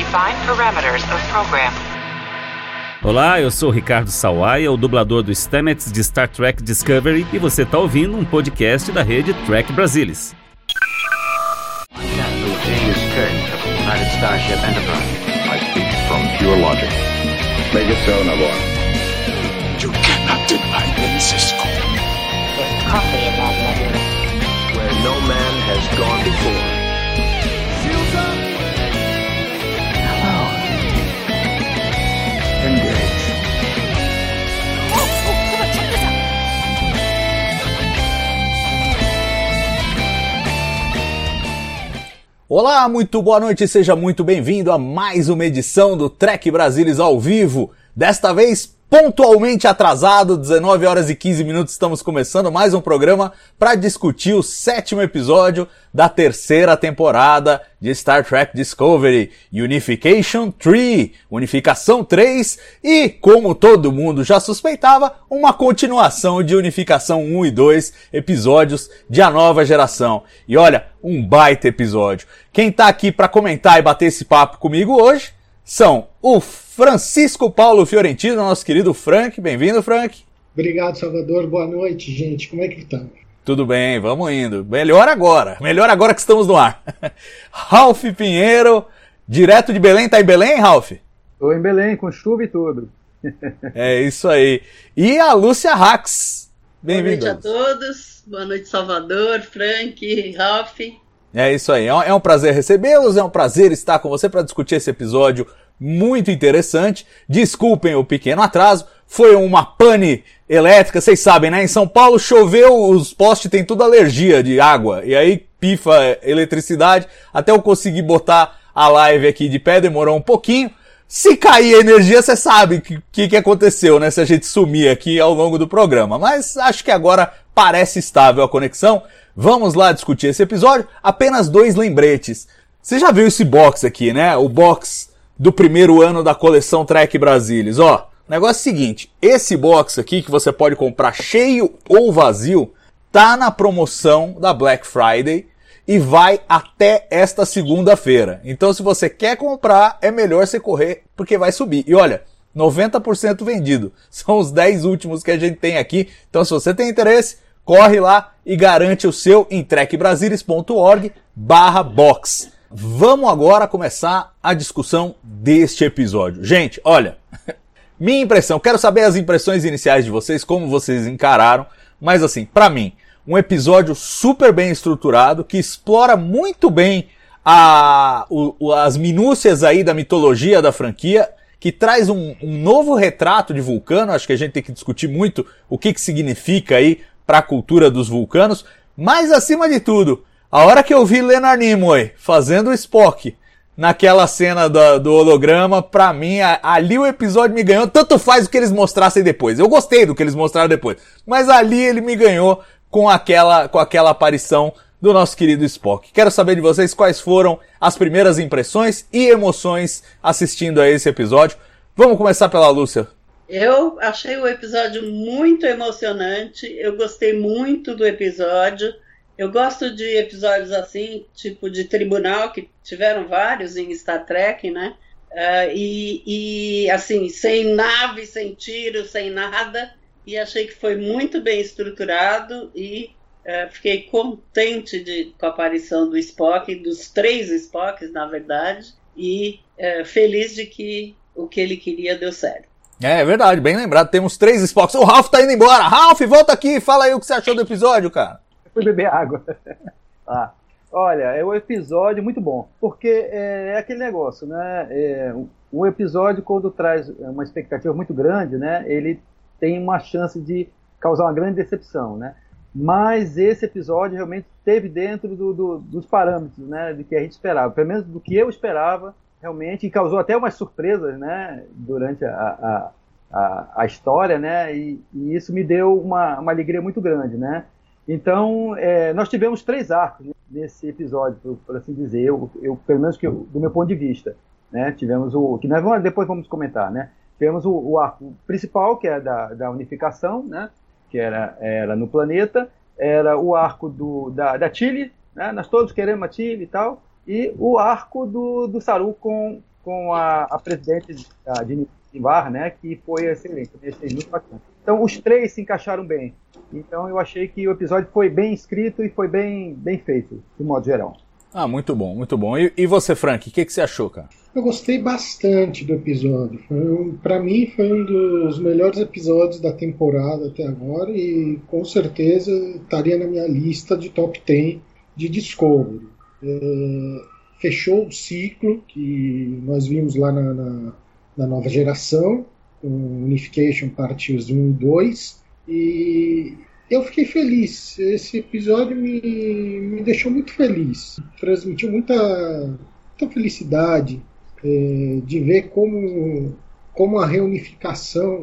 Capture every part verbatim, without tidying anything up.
Define parameters of program. Olá, eu sou o Ricardo Sawaia, o dublador do Stamets de Star Trek Discovery, e você está ouvindo um podcast da rede Trek Brasilis. Captain James Kirk of the United Starship Enterprise. I speak from pure logic. Make it so, Nabor. You cannot deny them, Cisco. There's coffee in that nebula. Where no man has gone before. Shields up! Hello. Engage. Oh, oh, come on, check this out. Olá, muito boa noite, seja muito bem-vindo a mais uma edição do Trek Brasilis ao vivo. Desta vez, pontualmente atrasado, dezenove horas e quinze minutos, estamos começando mais um programa para discutir o sétimo episódio da terceira temporada de Star Trek Discovery, Unification três, Unificação três, e, como todo mundo já suspeitava, uma continuação de Unificação um e dois, episódios de A Nova Geração. E olha, um baita episódio. Quem tá aqui para comentar e bater esse papo comigo hoje são o Francisco Paulo Fiorentino, nosso querido Frank. Bem-vindo, Frank. Obrigado, Salvador. Boa noite, gente. Como é que estamos? Tudo bem, vamos indo. Melhor agora. Melhor agora que estamos no ar. Ralph Pinheiro, direto de Belém. Tá em Belém, Ralph? Estou em Belém, com chuva e tudo. É isso aí. E a Lúcia Rax. Bem-vindo. Boa noite a todos. Boa noite, Salvador, Frank, Ralph. É isso aí. É um prazer recebê-los. É um prazer estar com você para discutir esse episódio muito interessante. Desculpem o pequeno atraso. Foi uma pane elétrica, vocês sabem, né? Em São Paulo choveu, os postes têm tudo alergia de água. E aí pifa eletricidade. Até eu conseguir botar a live aqui de pé, demorou um pouquinho. Se cair a energia, você sabe o que, que, que aconteceu, né? Se a gente sumir aqui ao longo do programa. Mas acho que agora parece estável a conexão. Vamos lá discutir esse episódio. Apenas dois lembretes. Você já viu esse box aqui, né? O box do primeiro ano da coleção Trek Brasilis. Ó, o negócio é o seguinte. Esse box aqui, que você pode comprar cheio ou vazio, tá na promoção da Black Friday e vai até esta segunda-feira. Então, se você quer comprar, é melhor você correr, porque vai subir. E olha, noventa por cento vendido. São os dez últimos que a gente tem aqui. Então, se você tem interesse, corre lá e garante o seu em trekbrasilis.org barra box. Vamos agora começar a discussão deste episódio. Gente, olha, minha impressão, quero saber as impressões iniciais de vocês, como vocês encararam, mas assim, pra mim, um episódio super bem estruturado, que explora muito bem a, o, as minúcias aí da mitologia da franquia, que traz um, um novo retrato de Vulcano. Acho que a gente tem que discutir muito o que, que significa aí para a cultura dos vulcanos, mas acima de tudo, a hora que eu vi Leonard Nimoy fazendo o Spock naquela cena do, do holograma, pra mim, a, ali o episódio me ganhou. Tanto faz o que eles mostrassem depois. Eu gostei do que eles mostraram depois, mas ali ele me ganhou com aquela, com aquela aparição do nosso querido Spock. Quero saber de vocês quais foram as primeiras impressões e emoções assistindo a esse episódio. Vamos começar pela Lúcia. Eu achei o episódio muito emocionante. Eu gostei muito do episódio. Eu gosto de episódios assim, tipo de tribunal, que tiveram vários em Star Trek, né? Uh, e, e, assim, sem nave, sem tiro, sem nada. E achei que foi muito bem estruturado e uh, fiquei contente de, com a aparição do Spock, dos três Spocks, na verdade. E uh, feliz de que o que ele queria deu certo. É, é verdade, bem lembrado. Temos três Spocks. O Ralph tá indo embora. Ralph, volta aqui. Fala aí o que você achou do episódio, cara. Fui beber água. ah, olha, é um episódio muito bom, porque é, é aquele negócio, né? É, um episódio, quando traz uma expectativa muito grande, né? Ele tem uma chance de causar uma grande decepção, né? Mas esse episódio realmente esteve dentro do, do, dos parâmetros, né? Do que a gente esperava, pelo menos do que eu esperava, realmente, e causou até umas surpresas, né? Durante a, a, a, a história, né? E, e isso me deu uma, uma alegria muito grande, né? Então, é, nós tivemos três arcos nesse episódio, por, por assim dizer, eu, eu, pelo menos que eu, do meu ponto de vista. Né? Tivemos o, que nós vamos, depois vamos comentar, né? Tivemos o, o arco principal, que é da, da unificação, né? Que era, era no planeta, era o arco do, da, da Tilly, né? Nós todos queremos a Tilly e tal, e o arco do, do Saru com, com a, a presidente a, de Nivar, né, que foi excelente, muito bacana. Então os três se encaixaram bem. Então eu achei que o episódio foi bem escrito e foi bem, bem feito, de modo geral. Ah, muito bom, muito bom. E, e você, Frank, o que, que você achou, cara? Eu gostei bastante do episódio. Um, para mim foi um dos melhores episódios da temporada até agora e com certeza estaria na minha lista de top dez de Discovery. É, fechou o ciclo que nós vimos lá na, na, na nova geração, com Unification Partes um e dois, e eu fiquei feliz. Esse episódio me, me deixou muito feliz. Transmitiu muita, muita felicidade é, de ver como, como a reunificação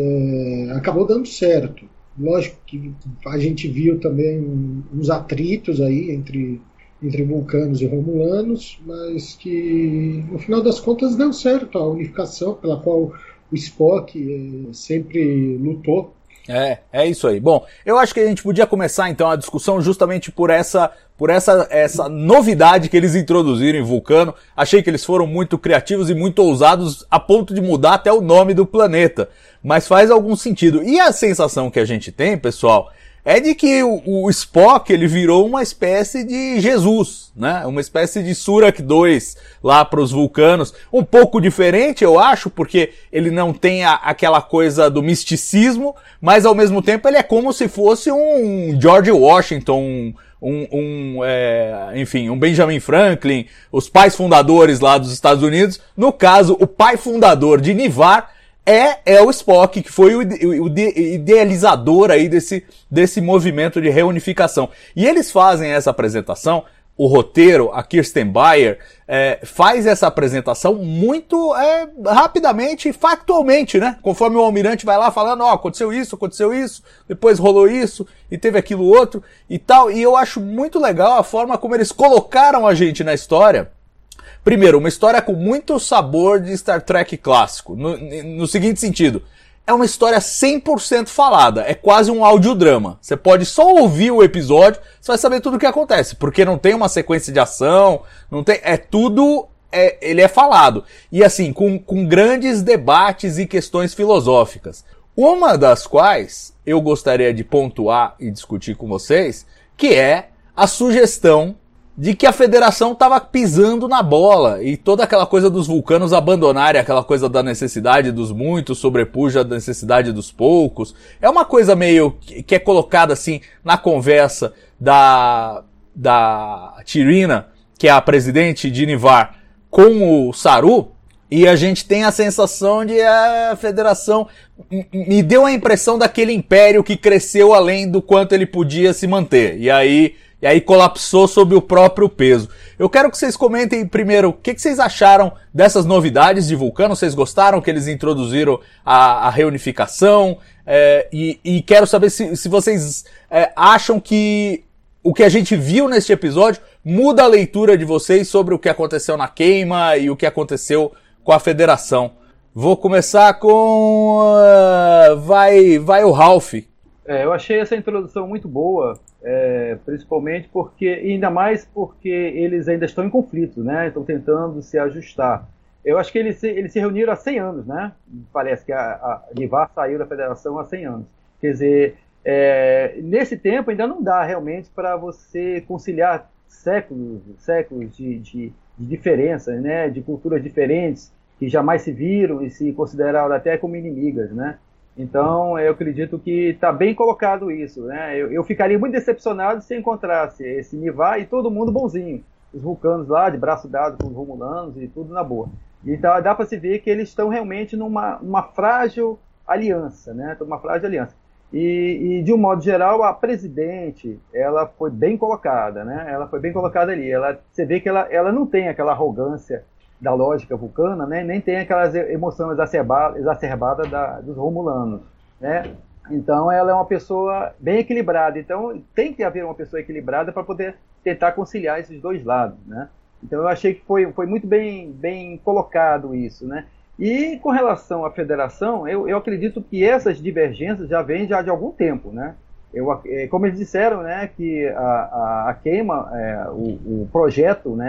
é, acabou dando certo. Lógico que a gente viu também uns atritos aí entre, entre vulcanos e romulanos, mas que no final das contas deu certo a unificação pela qual o Spock é, sempre lutou. É, é isso aí. Bom, eu acho que a gente podia começar então a discussão justamente por essa, por essa, essa novidade que eles introduziram em Vulcano. Achei que eles foram muito criativos e muito ousados a ponto de mudar até o nome do planeta. Mas faz algum sentido. E a sensação que a gente tem, pessoal, é de que o, o Spock ele virou uma espécie de Jesus, né? Uma espécie de Surak dois lá para os vulcanos. Um pouco diferente, eu acho, porque ele não tem a, aquela coisa do misticismo, mas ao mesmo tempo ele é como se fosse um George Washington, um, um, um é, enfim, um Benjamin Franklin, os pais fundadores lá dos Estados Unidos. No caso, o pai fundador de Nivar É, é o Spock, que foi o, o, o idealizador aí desse, desse movimento de reunificação. E eles fazem essa apresentação, o roteiro, a Kirsten Beyer, é, faz essa apresentação muito é, rapidamente, factualmente, né? Conforme o almirante vai lá falando, ó, oh, aconteceu isso, aconteceu isso, depois rolou isso, e teve aquilo outro, e tal. E eu acho muito legal a forma como eles colocaram a gente na história. Primeiro, uma história com muito sabor de Star Trek clássico, no, no seguinte sentido, é uma história cem por cento falada, é quase um audiodrama. Você pode só ouvir o episódio, você vai saber tudo o que acontece, porque não tem uma sequência de ação, não tem, é tudo, é, ele é falado. E assim, com, com grandes debates e questões filosóficas. Uma das quais eu gostaria de pontuar e discutir com vocês, que é a sugestão de que a Federação estava pisando na bola e toda aquela coisa dos vulcanos abandonarem aquela coisa da necessidade dos muitos sobrepuja a necessidade dos poucos. É uma coisa meio que é colocada assim na conversa da, da T'Rina, que é a presidente de Nivar, com o Saru, e a gente tem a sensação de a Federação me deu a impressão daquele império que cresceu além do quanto ele podia se manter. E aí E aí colapsou sob o próprio peso. Eu quero que vocês comentem primeiro o que, que vocês acharam dessas novidades de Vulcano. Vocês gostaram que eles introduziram a, a reunificação? É, e, e quero saber se, se vocês é, acham que o que a gente viu neste episódio muda a leitura de vocês sobre o que aconteceu na queima e o que aconteceu com a Federação. Vou começar com... Uh, vai, vai o Ralph. É, eu achei essa introdução muito boa. É, principalmente porque, e ainda mais porque eles ainda estão em conflito, né? Estão tentando se ajustar. Eu acho que eles se, eles se reuniram há cem anos, né? Parece que a, a Nivar saiu da Federação há cem anos. Quer dizer, é, nesse tempo ainda não dá realmente para você conciliar séculos, séculos de, de, de diferenças, né? De culturas diferentes que jamais se viram e se consideraram até como inimigas, né? Então, eu acredito que está bem colocado isso, né? Eu, eu ficaria muito decepcionado se encontrasse esse Nivar e todo mundo bonzinho. Os vulcanos lá, de braço dado com os romulanos e tudo na boa. Então, dá para se ver que eles estão realmente numa uma frágil aliança, né? Uma frágil aliança. E, e, de um modo geral, a presidente, ela foi bem colocada, né? Ela foi bem colocada ali. Ela, você vê que ela, ela não tem aquela arrogância da lógica vulcana, né? Nem tem aquelas emoções exacerbadas exacerbada da, dos romulanos, né? Então ela é uma pessoa bem equilibrada. Então tem que haver uma pessoa equilibrada para poder tentar conciliar esses dois lados, né? Então eu achei que foi, foi muito bem, bem colocado isso, né? E com relação à Federação, eu, eu acredito que essas divergências já vêm já de algum tempo, né? Eu, como eles disseram, né, que a, a, a queima, é, o, o projeto, né,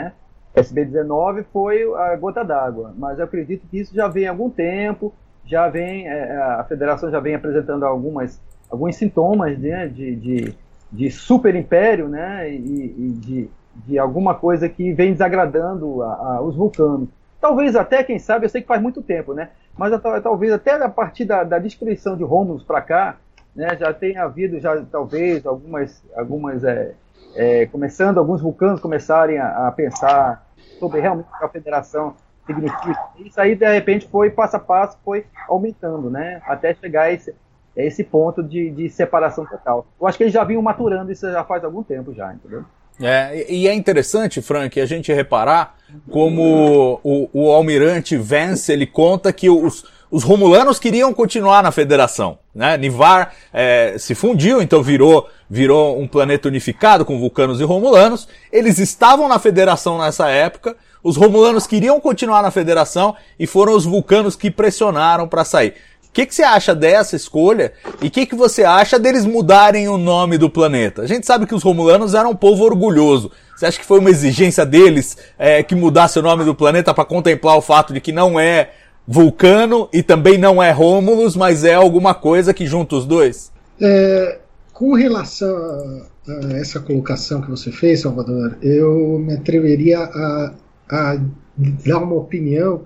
S B dezenove foi a gota d'água, mas eu acredito que isso já vem há algum tempo, já vem, é, a federação já vem apresentando algumas, alguns sintomas, né, de, de, de super império, né, e, e de, de alguma coisa que vem desagradando a, a, os vulcanos. Talvez até, quem sabe, eu sei que faz muito tempo, né, mas talvez até a partir da, da destruição de Romulus para cá, né, já tenha havido, já, talvez, algumas, algumas é, é, começando, alguns vulcanos começarem a, a pensar sobre realmente o que a federação significa. Isso aí, de repente, foi passo a passo, foi aumentando, né, até chegar a esse, a esse ponto de, de separação total. Eu acho que eles já vinham maturando isso já faz algum tempo já, entendeu? É, e é interessante, Frank, a gente reparar como o, o almirante Vance, ele conta que os, os romulanos queriam continuar na federação, né? Nivar é, se fundiu, então virou, virou um planeta unificado com vulcanos e romulanos. Eles estavam na federação nessa época, os romulanos queriam continuar na federação e foram os vulcanos que pressionaram para sair. O que, que você acha dessa escolha e o que, que você acha deles mudarem o nome do planeta? A gente sabe que os romulanos eram um povo orgulhoso. Você acha que foi uma exigência deles é, que mudasse o nome do planeta para contemplar o fato de que não é Vulcano e também não é Romulus, mas é alguma coisa que junta os dois? É, com relação a, a essa colocação que você fez, Salvador, eu me atreveria a, a dar uma opinião.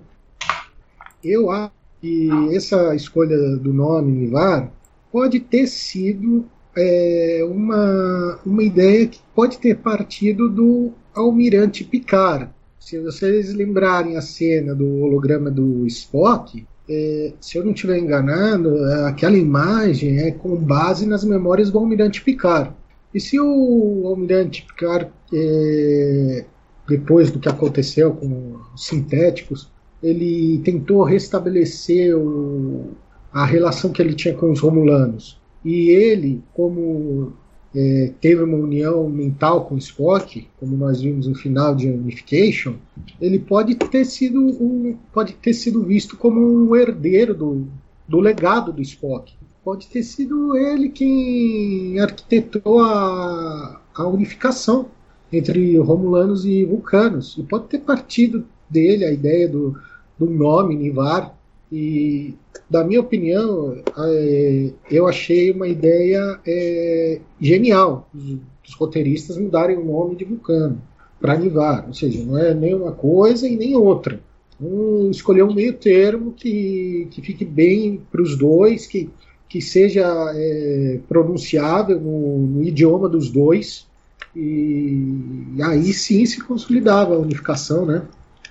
Eu acho que essa escolha do nome Nivar pode ter sido é, uma, uma ideia que pode ter partido do almirante Picard. Se vocês lembrarem a cena do holograma do Spock, é, se eu não estiver enganado, aquela imagem é com base nas memórias do almirante Picard. E se o almirante Picard, é, depois do que aconteceu com os sintéticos, ele tentou restabelecer o, a relação que ele tinha com os romulanos. E ele, como é, teve uma união mental com o Spock, como nós vimos no final de Unification, ele pode ter sido, um, pode ter sido visto como um herdeiro do, do legado do Spock. Pode ter sido ele quem arquitetou a, a unificação entre romulanos e vulcanos. E pode ter partido dele a ideia do do nome Nivar, e da minha opinião é, eu achei uma ideia é, genial os, os roteiristas mudarem o nome de Vulcano para Nivar, ou seja, não é nem uma coisa e nem outra. Um, escolher um meio termo que, que fique bem para os dois, que, que seja é, pronunciável no, no idioma dos dois, e, e aí sim se consolidava a unificação, né?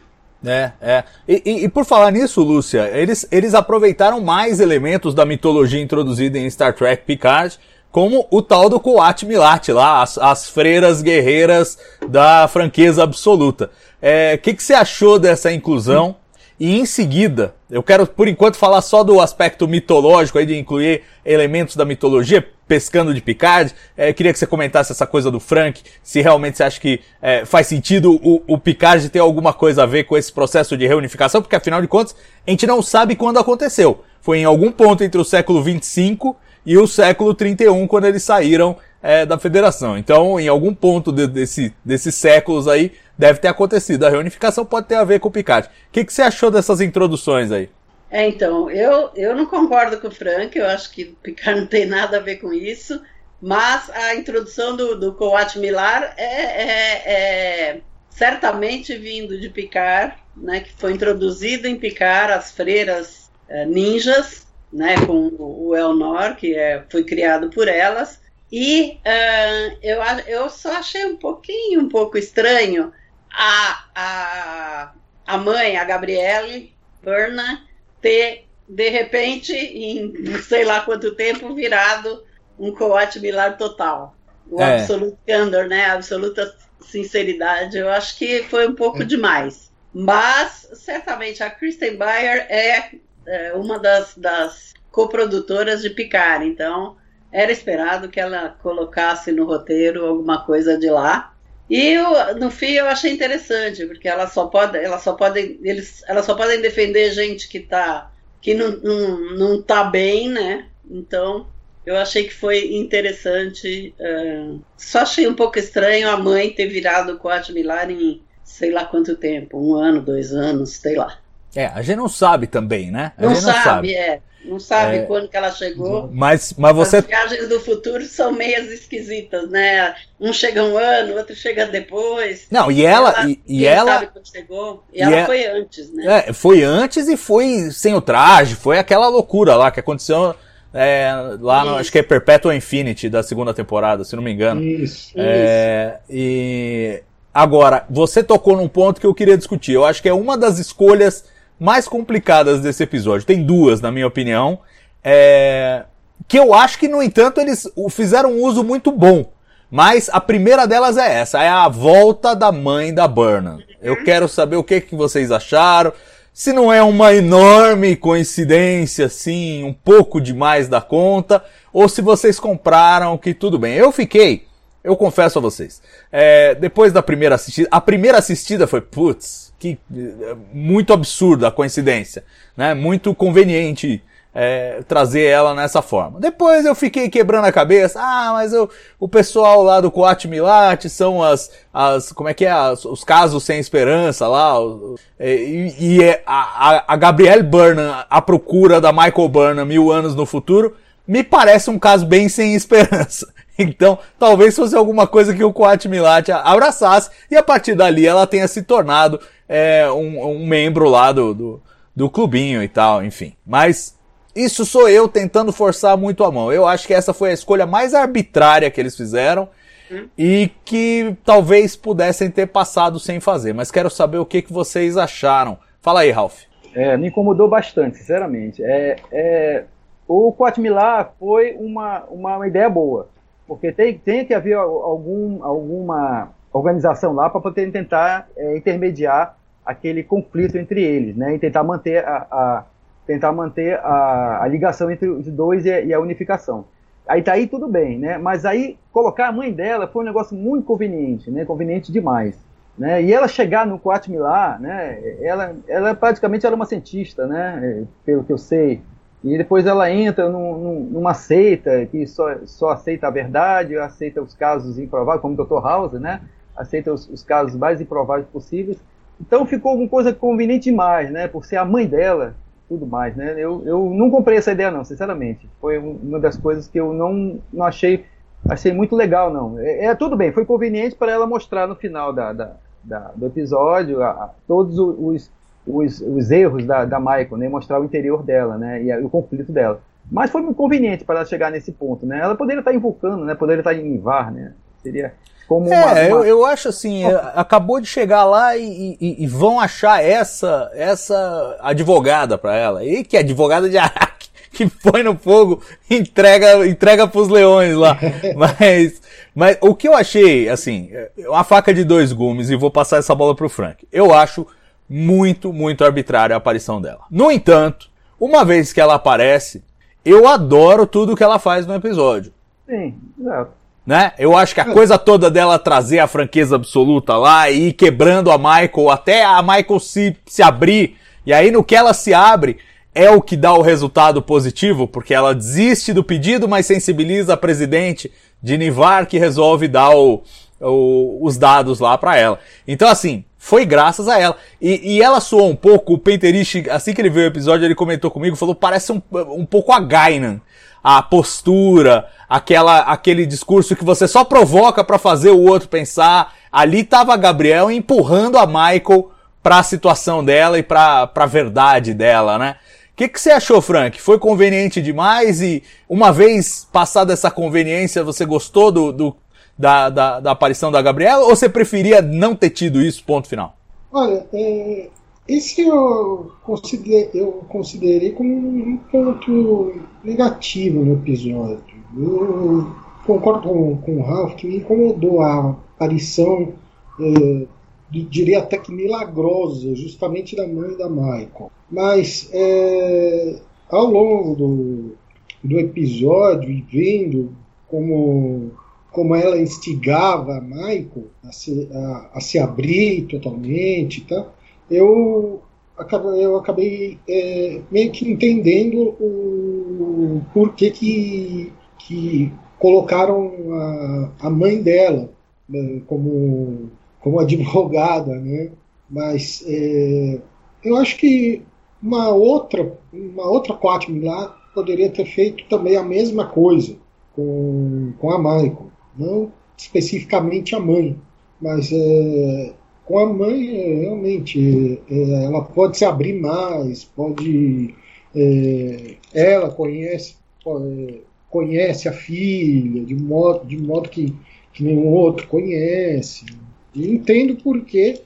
É, é. E, e, e por falar nisso, Lúcia, eles, eles aproveitaram mais elementos da mitologia introduzida em Star Trek Picard, como o tal do Coat Milat lá, as, as freiras guerreiras da franqueza absoluta. É, que, que você achou dessa inclusão? E em seguida, eu quero por enquanto falar só do aspecto mitológico aí, de incluir elementos da mitologia, pescando de Picard. É, queria que você comentasse essa coisa do Frank, se realmente você acha que é, faz sentido o, o Picard ter alguma coisa a ver com esse processo de reunificação, porque afinal de contas, a gente não sabe quando aconteceu. Foi em algum ponto entre o século vinte e cinco e o século trinta e um, quando eles saíram é, da Federação. Então, em algum ponto de, desse, desses séculos aí, deve ter acontecido. A reunificação pode ter a ver com o Picard. O que, que você achou dessas introduções aí? É, então, eu, eu não concordo com o Frank, eu acho que o Picard não tem nada a ver com isso, mas a introdução do, do Coat Milat é, é, é certamente vindo de Picard, né, que foi introduzido em Picard as freiras é, ninjas, né, com o, o Elnor, que é, foi criado por elas, e uh, eu, eu só achei um pouquinho, um pouco estranho a, a, a mãe, a Gabrielle Burnham, ter, de repente, em sei lá quanto tempo, virado um Coat Milat total. O é. Absolute Candor, né? A absoluta sinceridade. Eu acho que foi um pouco é. demais. Mas, certamente, a Kristen Beyer é, é uma das, das coprodutoras de Picard. Então, era esperado que ela colocasse no roteiro alguma coisa de lá. E eu, no fim eu achei interessante, porque elas só podem, elas só podem, eles, elas só podem defender gente que tá, que não, não, não tá bem, né? Então eu achei que foi interessante. Uh, só achei um pouco estranho a mãe ter virado o Coat Milat em, sei lá quanto tempo, um ano, dois anos, sei lá. É, a gente não sabe também, né? A Não gente não sabe, sabe, é. Não sabe É. quando que ela chegou. Mas, mas você... As viagens do futuro são meias esquisitas, né? Um chega um ano, outro chega depois. Não, e ela... e, e quem ela sabe quando chegou. E, e ela é- foi antes, né? É, foi antes e foi sem o traje, foi aquela loucura lá que aconteceu é, lá, no, Isso. acho que é Perpetual Infinity da segunda temporada, se não me engano. Isso. É, e agora, você tocou num ponto que eu queria discutir. Eu acho que é uma das escolhas mais complicadas desse episódio. Tem duas, na minha opinião. É, que eu acho que, no entanto, eles o- fizeram um uso muito bom. Mas a primeira delas é essa, é a volta da mãe da Burnham. Eu quero saber o que, que vocês acharam. Se não é uma enorme coincidência, assim, um pouco demais da conta, ou se vocês compraram que tudo bem. Eu fiquei, eu confesso a vocês, é, depois da primeira assistida, a primeira assistida foi, putz, que é, muito absurda a coincidência, né? Muito conveniente é, trazer ela nessa forma. Depois eu fiquei quebrando a cabeça, ah, mas eu, o pessoal lá do Coat Milate são as, as, como é que é, as, os casos sem esperança lá, o- e, e é a, a, a Gabrielle Burnham à procura da Michael Burnham mil anos no futuro, me parece um caso bem sem esperança. Então, talvez fosse alguma coisa que o Coat Milate abraçasse, e a partir dali ela tenha se tornado é, um, um membro lá do, do, do clubinho e tal, enfim. Mas isso sou eu tentando forçar muito a mão. Eu acho que essa foi a escolha mais arbitrária que eles fizeram e que talvez pudessem ter passado sem fazer. Mas quero saber o que, que vocês acharam. Fala aí, Ralph. É, me incomodou bastante, sinceramente. É, é, o Coat Millar foi uma, uma, uma ideia boa, porque tem, tem que haver algum, alguma organização lá para poder tentar é, intermediar aquele conflito entre eles, né, e tentar manter a, a, tentar manter a, a ligação entre os dois e a, e a unificação. Aí tá aí tudo bem, né, mas aí colocar a mãe dela foi um negócio muito conveniente, né, conveniente demais. Né? E ela chegar no Coat Millar, né? ela, ela praticamente era uma cientista, né? Pelo que eu sei. E depois ela entra num, num, numa seita que só, só aceita a verdade, aceita os casos improváveis, como o doutor House, né? Aceita os, os casos mais improváveis possíveis. Então ficou uma coisa conveniente demais, né? Por ser a mãe dela, tudo mais, né? Eu, eu não comprei essa ideia não, sinceramente. Foi uma das coisas que eu não, não achei, achei muito legal, não. É, é tudo bem, foi conveniente para ela mostrar no final da, da, da, do episódio a, a, todos os, os, os erros da, da Michael, né? Mostrar o interior dela, né? E a, o conflito dela. Mas foi muito conveniente para ela chegar nesse ponto, né? Ela poderia estar em Vulcano, né? Poderia estar em Nivar, né? Seria como uma... É, uma... Eu, eu acho assim, é, acabou de chegar lá e, e, e vão achar essa, essa advogada pra ela. E que é advogada de Araque, que põe no fogo e entrega, entrega pros leões lá. Mas, mas o que eu achei, assim, uma faca de dois gumes, e vou passar essa bola pro Frank. Eu acho muito, muito arbitrária a aparição dela. No entanto, uma vez que ela aparece, eu adoro tudo que ela faz no episódio. Sim, exato. Né? Eu acho que a coisa toda dela trazer a franqueza absoluta lá e ir quebrando a Michael até a Michael se, se abrir, e aí no que ela se abre é o que dá o resultado positivo, porque ela desiste do pedido, mas sensibiliza a presidente de Nivar, que resolve dar o, o, os dados lá pra ela. Então assim, foi graças a ela. E, e ela soou um pouco, o Penteriche, assim que ele viu o episódio, ele comentou comigo, falou, parece um, um pouco a Guinan. A postura, aquela, aquele discurso que você só provoca pra fazer o outro pensar. Ali tava a Gabrielle empurrando a Michael pra situação dela e pra, pra verdade dela, né? O que, que você achou, Frank? Foi conveniente demais? E uma vez passada essa conveniência, você gostou do, do, da, da, da aparição da Gabrielle? Ou você preferia não ter tido isso, ponto final? Olha, é... esse eu considerei, eu considerei como um ponto negativo no episódio. Eu concordo com, com o Ralph que me incomodou a aparição, é, diria até que milagrosa, justamente da mãe da Michael. Mas é, ao longo do, do episódio e vendo como, como ela instigava a Michael a se, a, a se abrir totalmente, tá? Eu acabei, eu acabei é, meio que entendendo o porquê que, que colocaram a, a mãe dela, né, como, como advogada, né? Mas é, eu acho que uma outra, uma outra Quatme lá poderia ter feito também a mesma coisa com, com a Michael. Não especificamente a mãe, mas é, com a mãe, é, realmente, é, ela pode se abrir mais, pode... É, ela conhece, é, conhece a filha de modo, de modo que, que nenhum outro conhece. E entendo por que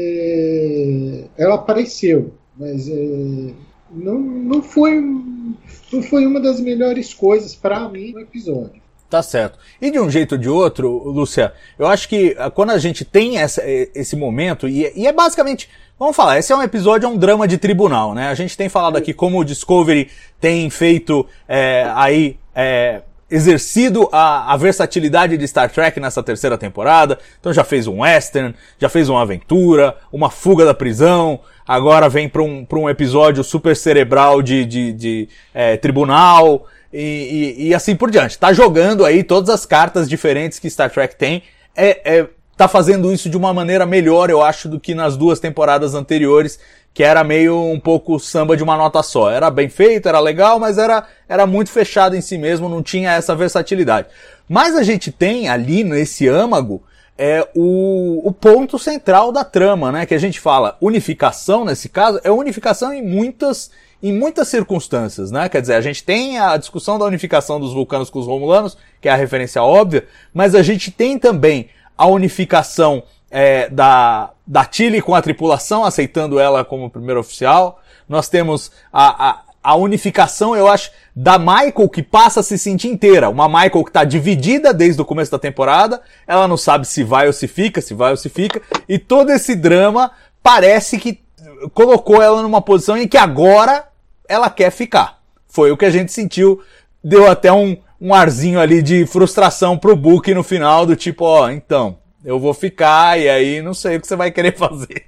é, ela apareceu, mas é, não, não, foi, não foi uma das melhores coisas para mim no episódio. Tá certo. E de um jeito ou de outro, Lúcia, eu acho que quando a gente tem essa, esse momento, e, e é basicamente, vamos falar, esse é um episódio, é um drama de tribunal, né? A gente tem falado aqui como o Discovery tem feito, é, aí, é, exercido a, a versatilidade de Star Trek nessa terceira temporada. Então já fez um western, já fez uma aventura, uma fuga da prisão, agora vem para um, para um episódio super cerebral de, de, de é, tribunal, e, e, e assim por diante. Tá jogando aí todas as cartas diferentes que Star Trek tem, é, é, tá fazendo isso de uma maneira melhor, eu acho, do que nas duas temporadas anteriores, que era meio um pouco samba de uma nota só. Era bem feito, era legal, mas era, era muito fechado em si mesmo, não tinha essa versatilidade. Mas a gente tem ali nesse âmago é, o, o ponto central da trama, né? Que a gente fala unificação, nesse caso, é unificação em muitas, em muitas circunstâncias, né? Quer dizer, a gente tem a discussão da unificação dos vulcanos com os romulanos, que é a referência óbvia, mas a gente tem também a unificação É, da, da Tilly com a tripulação, aceitando ela como primeiro oficial. Nós temos a, a, a unificação, eu acho, da Michael, que passa a se sentir inteira. Uma Michael que está dividida desde o começo da temporada, ela não sabe se vai ou se fica, se vai ou se fica, e todo esse drama parece que colocou ela numa posição em que agora ela quer ficar. Foi o que a gente sentiu, deu até um, um arzinho ali de frustração pro Book no final, do tipo, ó, então... eu vou ficar, e aí não sei o que você vai querer fazer.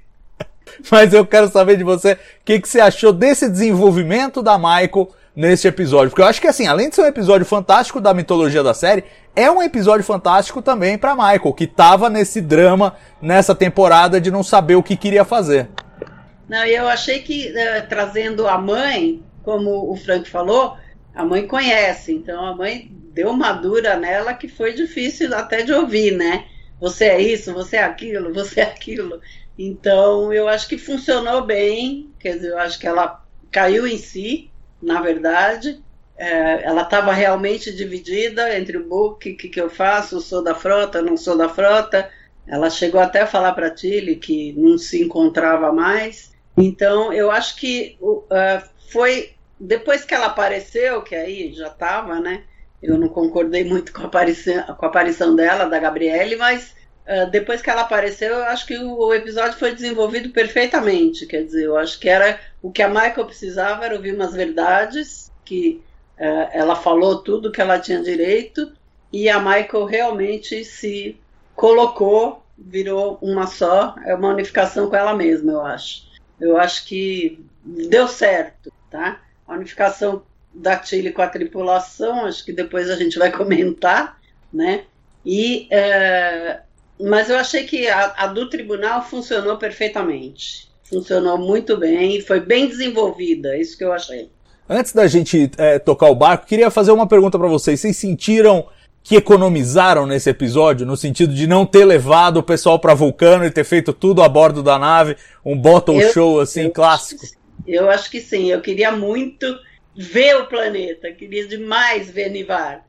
Mas eu quero saber de você, o que, que você achou desse desenvolvimento da Michael neste episódio. Porque eu acho que, assim, além de ser um episódio fantástico da mitologia da série, é um episódio fantástico também pra Michael, que tava nesse drama, nessa temporada, de não saber o que queria fazer. Não, e eu achei que, uh, trazendo a mãe, como o Frank falou, a mãe conhece. Então a mãe deu uma dura nela que foi difícil até de ouvir, né? Você é isso, você é aquilo, você é aquilo. Então, eu acho que funcionou bem. Quer dizer, eu acho que ela caiu em si, na verdade. É, ela estava realmente dividida entre o Book, o que, que eu faço, sou da frota, não sou da frota. Ela chegou até a falar para a Tilly que não se encontrava mais. Então, eu acho que uh, foi... depois que ela apareceu, que aí já estava, né? Eu não concordei muito com a aparição, com a aparição dela, da Gabriele, mas uh, depois que ela apareceu, eu acho que o, o episódio foi desenvolvido perfeitamente. Quer dizer, eu acho que era o que a Michael precisava, era ouvir umas verdades, que uh, ela falou tudo que ela tinha direito, e a Michael realmente se colocou, virou uma só, é uma unificação com ela mesma, eu acho. Eu acho que deu certo, tá? A unificação da Tilly com a tripulação, acho que depois a gente vai comentar, né? E, é, mas eu achei que a, a do tribunal funcionou perfeitamente. Funcionou muito bem e foi bem desenvolvida, isso que eu achei. Antes da gente é, tocar o barco, queria fazer uma pergunta para vocês. Vocês sentiram que economizaram nesse episódio, no sentido de não ter levado o pessoal para Vulcano e ter feito tudo a bordo da nave, um bottle eu, show assim, eu clássico? Acho, eu acho que sim, eu queria muito ver o planeta, queria demais ver Nivar,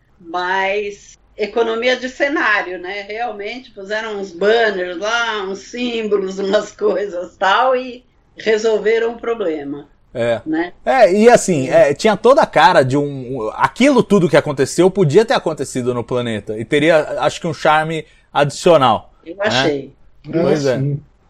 mas economia de cenário, né? Realmente puseram uns banners lá, uns símbolos, umas coisas tal, e resolveram o problema. É. Né? É, e assim, é, tinha toda a cara de um... Aquilo tudo que aconteceu podia ter acontecido no planeta, e teria, acho que, um charme adicional. Eu achei. Né? Pois é.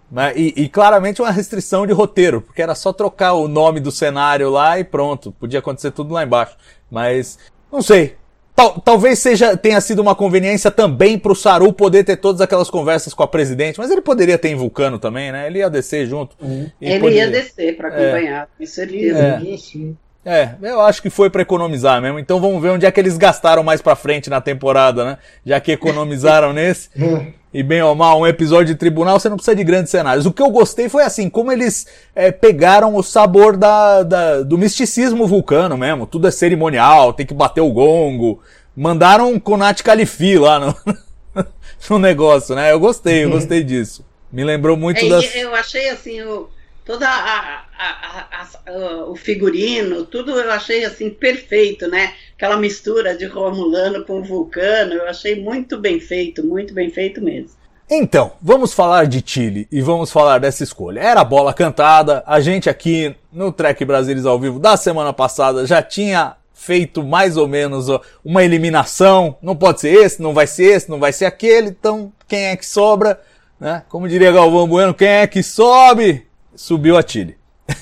E, e claramente uma restrição de roteiro, porque era só trocar o nome do cenário lá e pronto, podia acontecer tudo lá embaixo. Mas, não sei, Tal, talvez seja, tenha sido uma conveniência também pro Saru poder ter todas aquelas conversas com a presidente, mas ele poderia ter em Vulcano também, né? Ele ia descer junto. Uhum. Ele poderia... ia descer pra acompanhar, é. com certeza. É. Ia sim. É, eu acho que foi pra economizar mesmo, então vamos ver onde é que eles gastaram mais pra frente na temporada, né? Já que economizaram nesse, e bem ou mal, um episódio de tribunal, você não precisa de grandes cenários. O que eu gostei foi assim, como eles é, pegaram o sabor da, da, do misticismo vulcano mesmo, tudo é cerimonial, tem que bater o gongo, mandaram um Konat Khalifi lá no, no negócio, né? Eu gostei, eu gostei disso. Me lembrou muito é, das... Eu achei assim, o... toda a, a, a, a, o figurino, tudo eu achei assim perfeito, né? Aquela mistura de Romulano com Vulcano, eu achei muito bem feito, muito bem feito mesmo. Então, vamos falar de Chile e vamos falar dessa escolha. Era bola cantada, a gente aqui no Trek Brasilis ao vivo da semana passada já tinha feito mais ou menos uma eliminação, não pode ser esse, não vai ser esse, não vai ser aquele, então quem é que sobra, né? Como diria Galvão Bueno, quem é que sobe? Subiu a Chile.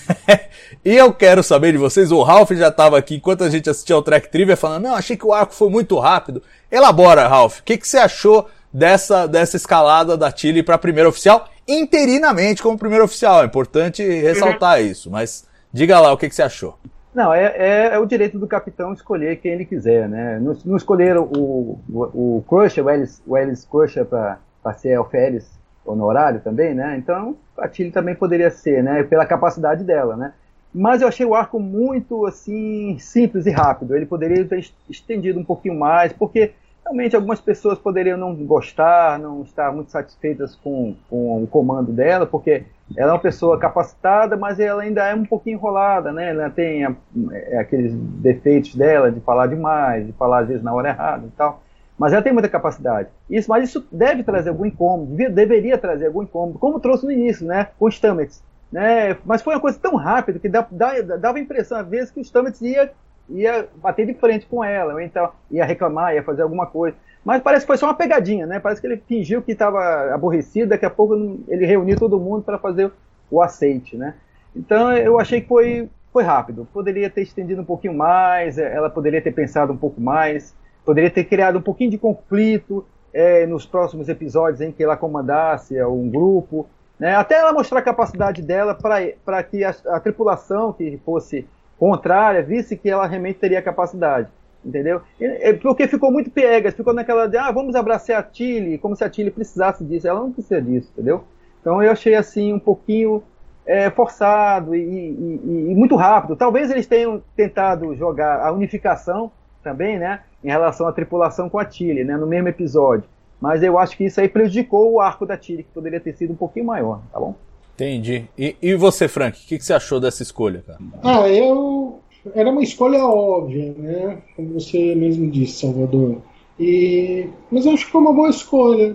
E eu quero saber de vocês, o Ralph já estava aqui enquanto a gente assistia ao Trek Trivia falando, não, achei que o arco foi muito rápido. Elabora, Ralph, o que, que você achou dessa, dessa escalada da Chile para primeiro oficial, interinamente como primeiro oficial? É importante ressaltar isso, mas diga lá o que, que você achou. Não, é, é, é o direito do capitão escolher quem ele quiser, né? Não, não escolheram o, o, o Crusher, o Ellis, o Ellis Crusher para ser alferes honorário também, né? Então a Chile também poderia ser, né? Pela capacidade dela, né? Mas eu achei o arco muito, assim, simples e rápido. Ele poderia ter estendido um pouquinho mais, porque realmente algumas pessoas poderiam não gostar, não estar muito satisfeitas com, com o comando dela, porque ela é uma pessoa capacitada, mas ela ainda é um pouquinho enrolada, né? Ela tem a, é, aqueles defeitos dela de falar demais, de falar às vezes na hora errada e tal. Mas ela tem muita capacidade. Isso, mas isso deve trazer algum incômodo, deveria trazer algum incômodo, como trouxe no início, né? Com o Stamets. Né? Mas foi uma coisa tão rápida que dá, dá, dava a impressão, às vezes, que o Stamets ia, ia bater de frente com ela, ou então ia reclamar, ia fazer alguma coisa. Mas parece que foi só uma pegadinha, né? Parece que ele fingiu que estava aborrecido, daqui a pouco ele reuniu todo mundo para fazer o aceite, né? Então eu achei que foi, foi rápido. Poderia ter estendido um pouquinho mais, ela poderia ter pensado um pouco mais, poderia ter criado um pouquinho de conflito é, nos próximos episódios em que ela comandasse um grupo, né? Até ela mostrar a capacidade dela para que a, a tripulação que fosse contrária visse que ela realmente teria capacidade, entendeu? E, porque ficou muito piegas, ficou naquela de, ah, vamos abraçar a Chile, como se a Chile precisasse disso. Ela não precisa disso, entendeu? Então eu achei assim um pouquinho é, forçado e, e, e muito rápido. Talvez eles tenham tentado jogar a unificação também, né, em relação à tripulação com a Chile, né, no mesmo episódio. Mas eu acho que isso aí prejudicou o arco da Chile, que poderia ter sido um pouquinho maior, tá bom? Entendi. E, e você, Frank, o que, que você achou dessa escolha, cara? Ah, eu... Era uma escolha óbvia, né? Como você mesmo disse, Salvador. E... Mas eu acho que foi uma boa escolha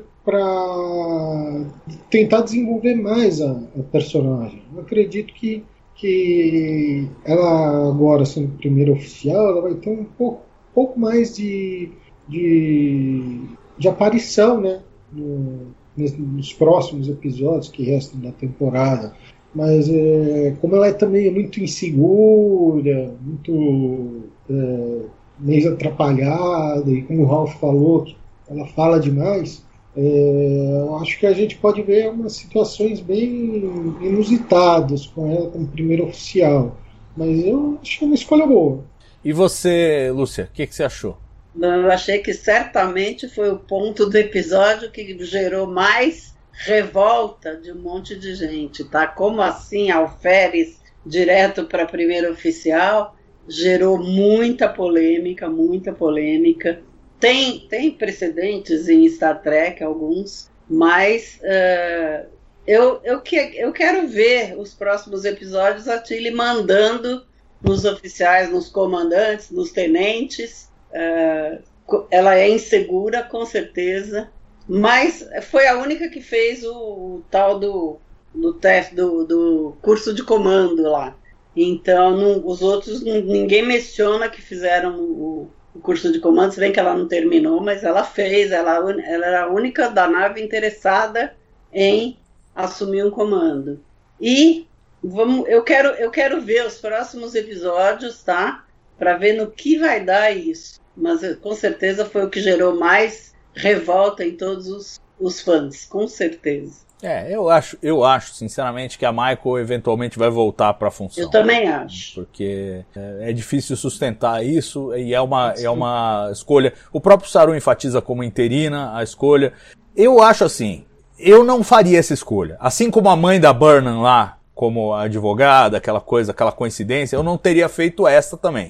para tentar desenvolver mais a, a personagem. Eu acredito que, que ela, agora sendo primeira oficial, ela vai ter um pouco, pouco mais de... de de aparição, né, no, nos próximos episódios que restam da temporada. Mas é, como ela é também muito insegura, muito é, meio atrapalhada, e como o Ralph falou, ela fala demais, é, eu acho que a gente pode ver umas situações bem inusitadas com ela como primeira oficial. Mas eu achei uma escolha boa. E você, Lúcia, o que, que você achou? Eu achei que certamente foi o ponto do episódio que gerou mais revolta de um monte de gente, tá? Como assim, alferes direto para primeiro oficial? Gerou muita polêmica, muita polêmica. Tem, tem precedentes em Star Trek, alguns, mas uh, eu, eu, que, eu quero ver os próximos episódios a Chile mandando nos oficiais, nos comandantes, nos tenentes. Uh, ela é insegura, com certeza, mas foi a única que fez o, o tal do, do teste do, do curso de comando lá. Então não, os outros não, ninguém menciona que fizeram o, o curso de comando, se bem que ela não terminou, mas ela fez. Ela, ela era a única da nave interessada em assumir um comando. E vamos, eu quero, eu quero ver os próximos episódios, tá? Para ver no que vai dar isso. Mas com certeza foi o que gerou mais revolta em todos os, os fãs, com certeza. É, eu acho, eu acho, sinceramente, que a Michael eventualmente vai voltar para a função. Eu também acho. Porque é, é difícil sustentar isso e é uma, é uma escolha. O próprio Saru enfatiza como interina a escolha. Eu acho assim, eu não faria essa escolha. Assim como a mãe da Burnham lá, como advogada, aquela coisa, aquela coincidência, eu não teria feito essa também.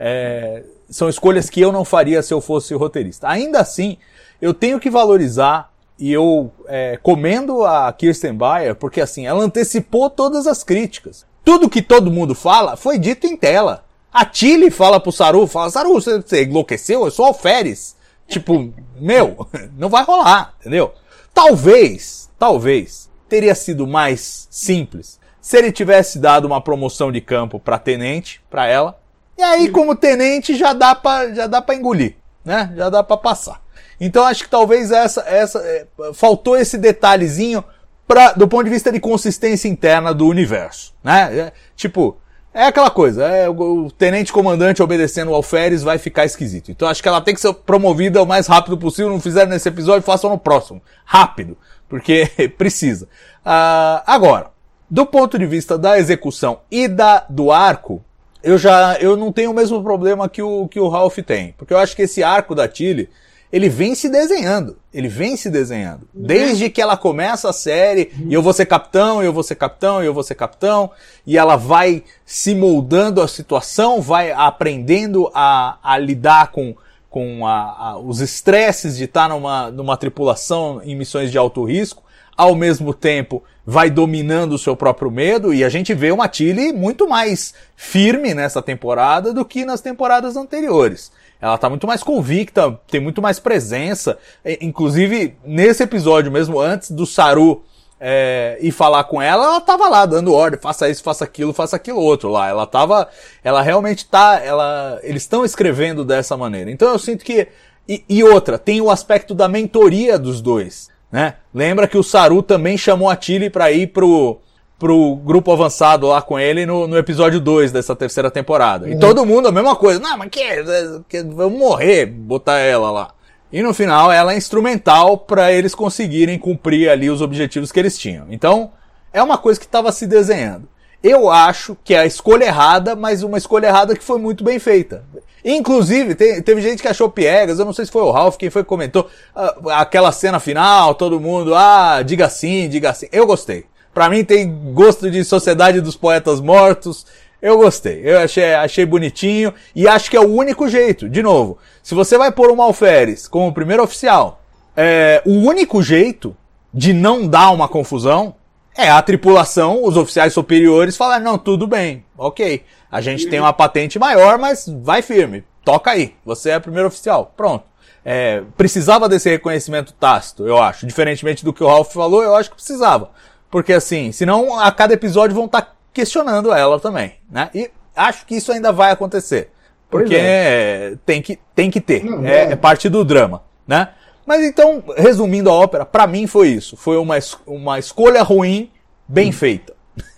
É, são escolhas que eu não faria se eu fosse roteirista. Ainda assim, eu tenho que valorizar. E eu é, comendo a Kirsten Beyer, porque assim, ela antecipou todas as críticas. Tudo que todo mundo fala foi dito em tela. A Tilly fala pro Saru, fala, Saru, você, você enlouqueceu? Eu sou alferes. Tipo, meu, não vai rolar, entendeu? Talvez, talvez, teria sido mais simples se ele tivesse dado uma promoção de campo pra tenente, pra ela. E aí, como tenente, já dá pra, já dá pra engolir, né? Já dá pra passar. Então acho que talvez essa, essa é, faltou esse detalhezinho pra, do ponto de vista de consistência interna do universo, né? É, tipo, é aquela coisa, é, o, o tenente comandante obedecendo o alferes vai ficar esquisito. Então acho que ela tem que ser promovida o mais rápido possível. Não fizeram nesse episódio, façam no próximo. Rápido, porque precisa. Ah, agora, do ponto de vista da execução e da, do arco, eu já eu não tenho o mesmo problema que o, que o Ralph tem. Porque eu acho que esse arco da Tilly, ele vem se desenhando, ele vem se desenhando. Desde que ela começa a série, e eu vou ser capitão, e eu vou ser capitão, e eu vou ser capitão, e ela vai se moldando a situação, vai aprendendo a, a lidar com, com a, a, os estresses de estar numa, numa tripulação em missões de alto risco, ao mesmo tempo vai dominando o seu próprio medo, e a gente vê uma Tilly muito mais firme nessa temporada do que nas temporadas anteriores. Ela tá muito mais convicta, tem muito mais presença. Inclusive, nesse episódio mesmo, antes do Saru é, ir falar com ela, ela tava lá dando ordem, faça isso, faça aquilo, faça aquilo outro lá. Ela tava, ela realmente tá, ela, eles estão escrevendo dessa maneira. Então eu sinto que, e, e outra, tem o aspecto da mentoria dos dois, né? Lembra que o Saru também chamou a Tilly pra ir pro, pro grupo avançado lá com ele no, no episódio dois dessa terceira temporada. E uhum. Todo mundo a mesma coisa. Não, mas que, que vamos morrer, botar ela lá. E no final ela é instrumental para eles conseguirem cumprir ali os objetivos que eles tinham. Então, é uma coisa que estava se desenhando. Eu acho que é a escolha errada, mas uma escolha errada que foi muito bem feita. Inclusive, te, teve gente que achou piegas, eu não sei se foi o Ralph quem foi que comentou, uh, aquela cena final, todo mundo, ah, diga sim, diga sim. Eu gostei. Pra mim tem gosto de Sociedade dos Poetas Mortos. Eu gostei. Eu achei, achei bonitinho. E acho que é o único jeito. De novo, se você vai pôr um alferes como primeiro oficial, é, o único jeito de não dar uma confusão é a tripulação, os oficiais superiores falarem, não, tudo bem, ok. A gente tem uma patente maior, mas vai firme. Toca aí. Você é primeiro oficial. Pronto. É, precisava desse reconhecimento tácito, eu acho. Diferentemente do que o Ralph falou, eu acho que precisava. Porque assim, senão a cada episódio vão estar questionando ela também, né? E acho que isso ainda vai acontecer. Porque é. tem, que, tem que ter. Não, é, é. é parte do drama, né? Mas então, resumindo a ópera, pra mim foi isso. Foi uma, uma escolha ruim, bem hum. feita.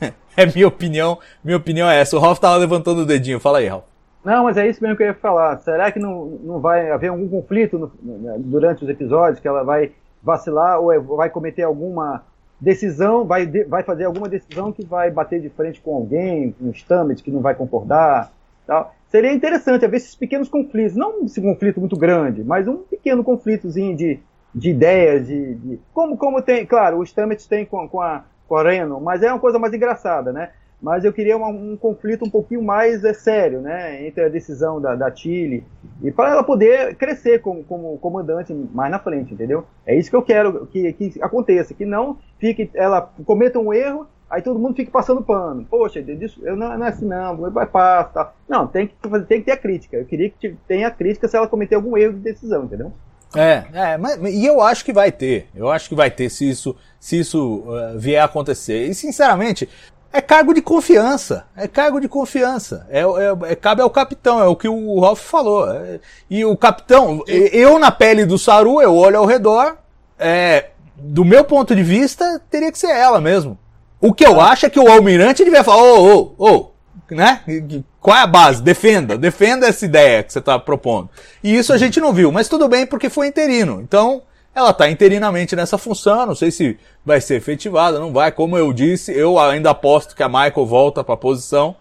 É minha opinião. Minha opinião é essa. O Ralph tava levantando o dedinho. Fala aí, Ralph. Não, mas é isso mesmo que eu ia falar. Será que não, não vai haver algum conflito no, durante os episódios, que ela vai vacilar ou vai cometer alguma decisão, vai, vai fazer alguma decisão que vai bater de frente com alguém, um Stamets que não vai concordar, tal. Seria interessante haver esses pequenos conflitos, não esse conflito muito grande, mas um pequeno conflitozinho de, de ideias, de, de como, como tem, claro, o Stamets tem com, com, a, com a Reno, mas é uma coisa mais engraçada, né? Mas eu queria uma, um conflito um pouquinho mais é, sério, né? Entre a decisão da, da Tilly e para ela poder crescer como, como comandante mais na frente, entendeu? É isso que eu quero que, que aconteça, que não fique, ela cometa um erro, aí todo mundo fique passando pano. Poxa, eu não, não é assim não, vai passar, tal. Não, tem que, tem que ter a crítica. Eu queria que tenha a crítica se ela cometer algum erro de decisão, entendeu? É, é, mas, e eu acho que vai ter. Eu acho que vai ter se isso, se isso uh, vier a acontecer. E sinceramente, é cargo de confiança, é cargo de confiança, é, é, é, cabe ao capitão, é o que o Ralph falou, é, e o capitão, eu na pele do Saru, eu olho ao redor, é, do meu ponto de vista, teria que ser ela mesmo. O que eu acho é que o almirante devia falar, ô, ô, ô, né, qual é a base? Defenda, defenda essa ideia que você está propondo. E isso a gente não viu, mas tudo bem porque foi interino, então ela está interinamente nessa função, não sei se vai ser efetivada, não vai, como eu disse, eu ainda aposto que a Michael volta para a posição,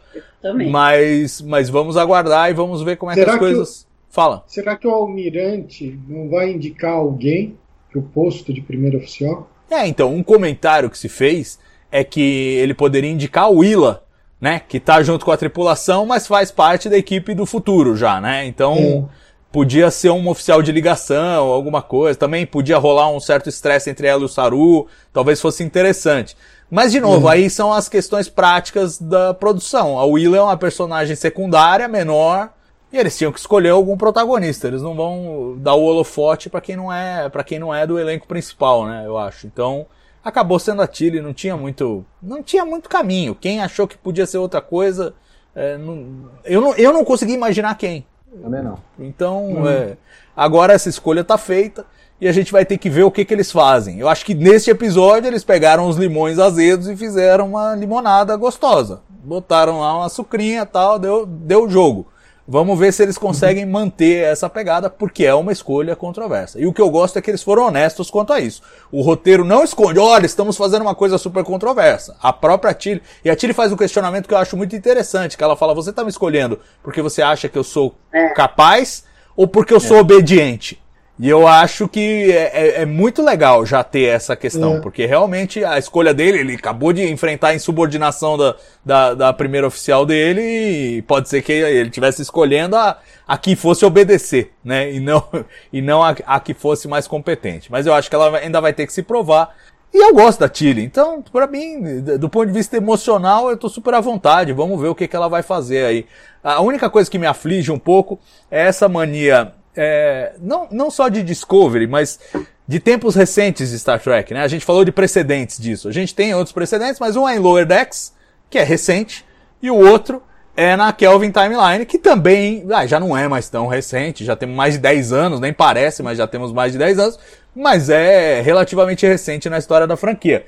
mas, mas vamos aguardar e vamos ver como é será que as coisas... Que o, Fala. Será que o almirante não vai indicar alguém para o posto de primeiro oficial? É, então, um comentário que se fez é que ele poderia indicar o Willa, né, que tá junto com a tripulação, mas faz parte da equipe do futuro já, né, então é. podia ser um oficial de ligação, alguma coisa, também podia rolar um certo estresse entre ela e o Saru, talvez fosse interessante. Mas, de novo, é. aí são as questões práticas da produção. A Willa é uma personagem secundária, menor, e eles tinham que escolher algum protagonista, eles não vão dar o holofote pra quem não é, para quem não é do elenco principal, né, eu acho, então... Acabou sendo a Tilly, não tinha muito, não tinha muito caminho. Quem achou que podia ser outra coisa, é, não, eu, não, eu não consegui imaginar quem. Também não. Então, uhum. é, agora essa escolha tá feita e a gente vai ter que ver o que, que eles fazem. Eu acho que neste episódio eles pegaram os limões azedos e fizeram uma limonada gostosa. Botaram lá uma sucrinha e tal, deu, deu jogo. Vamos ver se eles conseguem manter essa pegada, porque é uma escolha controversa. E o que eu gosto é que eles foram honestos quanto a isso. O roteiro não esconde, olha, estamos fazendo uma coisa super controversa. A própria Tilly, e a Tilly faz um questionamento que eu acho muito interessante, que ela fala, você tá me escolhendo porque você acha que eu sou capaz ou porque eu sou é. obediente? E eu acho que é, é, é muito legal já ter essa questão, é. porque realmente a escolha dele, ele acabou de enfrentar a insubordinação da, da, da primeira oficial dele e pode ser que ele estivesse escolhendo a, a que fosse obedecer, né, e não, e não a, a que fosse mais competente. Mas eu acho que ela ainda vai ter que se provar. E eu gosto da Tilly, então, pra mim, do ponto de vista emocional, eu tô super à vontade, vamos ver o que, que ela vai fazer aí. A única coisa que me aflige um pouco é essa mania... É, não, não só de Discovery, mas de tempos recentes de Star Trek, né? A gente falou de precedentes disso. A gente tem outros precedentes, mas um é em Lower Decks, que é recente, e o outro é na Kelvin Timeline, que também ah, já não é mais tão recente, já temos mais de dez anos, nem parece, mas já temos mais de dez anos, mas é relativamente recente na história da franquia.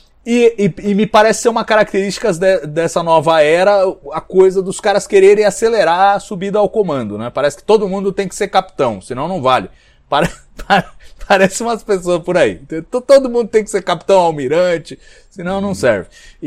E, e, e me parece ser uma característica de, dessa nova era, a coisa dos caras quererem acelerar a subida ao comando, né? Parece que todo mundo tem que ser capitão, senão não vale. Para, para, parece umas pessoas por aí. Todo mundo tem que ser capitão almirante, senão não serve.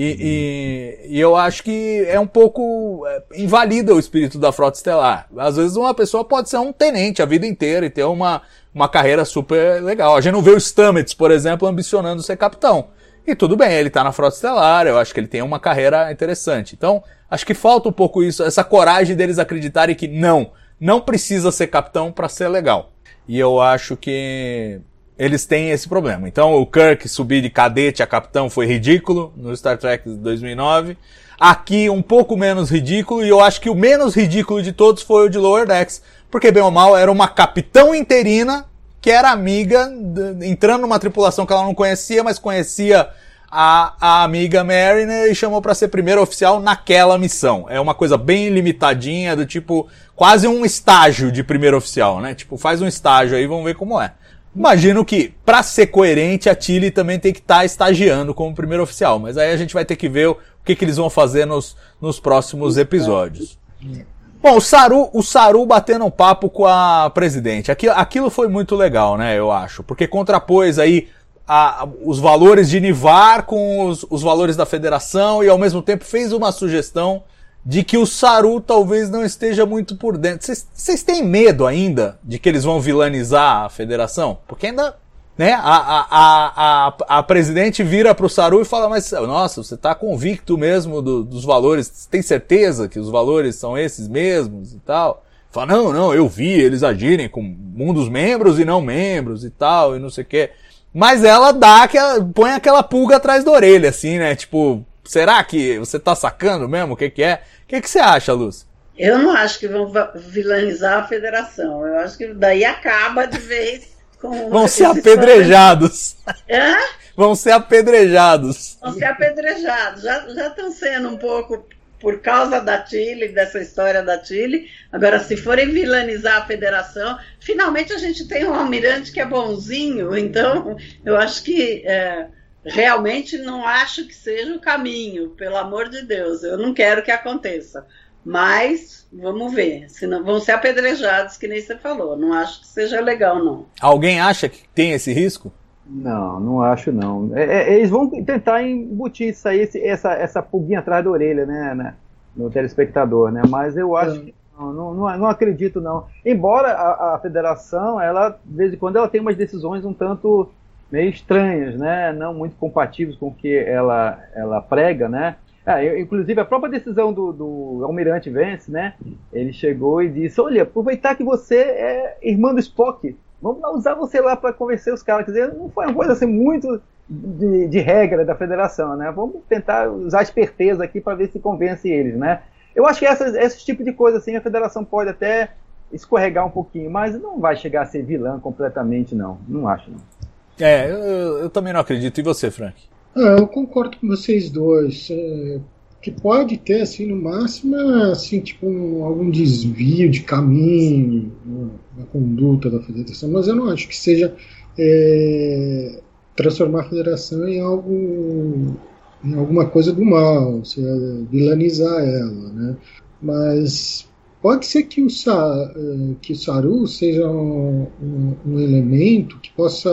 E, e, e eu acho que é um pouco... invalida o espírito da frota estelar. Às vezes uma pessoa pode ser um tenente a vida inteira e ter uma, uma carreira super legal. A gente não vê o Stamets, por exemplo, ambicionando ser capitão. E tudo bem, ele tá na frota estelar, eu acho que ele tem uma carreira interessante. Então, acho que falta um pouco isso, essa coragem deles acreditarem que não, não precisa ser capitão para ser legal. E eu acho que eles têm esse problema. Então, o Kirk subir de cadete a capitão foi ridículo no Star Trek de dois mil e nove. Aqui, um pouco menos ridículo, e eu acho que o menos ridículo de todos foi o de Lower Decks, porque, bem ou mal, era uma capitão interina que era amiga, entrando numa tripulação que ela não conhecia, mas conhecia a, a amiga Mariner e chamou pra ser primeiro oficial naquela missão. É uma coisa bem limitadinha, do tipo, quase um estágio de primeiro oficial, né? Tipo, faz um estágio aí, vamos ver como é. Imagino que, pra ser coerente, a Tilly também tem que estar tá estagiando como primeiro oficial, mas aí a gente vai ter que ver o que, que eles vão fazer nos, nos próximos episódios. Bom, o Saru, o Saru batendo um papo com a presidente. Aquilo, aquilo foi muito legal, né, eu acho. Porque contrapôs aí a, a, os valores de Nivar com os, os valores da Federação e ao mesmo tempo fez uma sugestão de que o Saru talvez não esteja muito por dentro. Vocês têm medo ainda de que eles vão vilanizar a Federação? Porque ainda... né, a, a, a, a, a presidente vira pro Saru e fala, mas, nossa, você tá convicto mesmo do, dos valores, você tem certeza que os valores são esses mesmos e tal? Fala, não, não, eu vi eles agirem com um dos membros e não membros e tal, e não sei o quê. Mas ela dá aquela, põe aquela pulga atrás da orelha, assim, né, tipo, será que você tá sacando mesmo o que que é? O que que você acha, Lúcia? Eu não acho que vão vilanizar a Federação, eu acho que daí acaba de vez... Vão ser apedrejados. Hã? Vão ser apedrejados. Vão ser apedrejados. Já, já estão sendo um pouco por causa da Tilly, dessa história da Tilly. Agora, se forem vilanizar a Federação, finalmente a gente tem um almirante que é bonzinho. Então, eu acho que é, realmente não acho que seja o caminho, pelo amor de Deus. Eu não quero que aconteça. Mas vamos ver, senão vão ser apedrejados, que nem você falou. Não acho que seja legal, não. Alguém acha que tem esse risco? Não, não acho não. É, é, eles vão tentar embutir isso aí, esse, essa, essa pulguinha atrás da orelha, né, né, no telespectador, né? Mas eu acho é. que não, não, não, não acredito não. Embora a, a federação, ela, de vez em quando, ela tem umas decisões um tanto meio estranhas, né? Não muito compatíveis com o que ela, ela prega, né? É, inclusive a própria decisão do, do Almirante Vance, né? Ele chegou e disse: olha, aproveitar que você é irmã do Spock, vamos lá usar você lá para convencer os caras. Quer dizer, não foi uma coisa assim muito de, de regra da federação, né? Vamos tentar usar a esperteza aqui para ver se convence eles, né? Eu acho que essas, esse tipo de coisa assim a federação pode até escorregar um pouquinho, mas não vai chegar a ser vilã completamente, não. Não acho, não. É, eu, eu também não acredito. E você, Frank? Ah, eu concordo com vocês dois. É, que pode ter, assim, no máximo, assim, tipo, um, algum desvio de caminho na conduta da federação, mas eu não acho que seja é, transformar a federação em algo, em alguma coisa do mal, seja, vilanizar ela, né? Mas pode ser que o, Sa, que o Saru seja um, um, um elemento que possa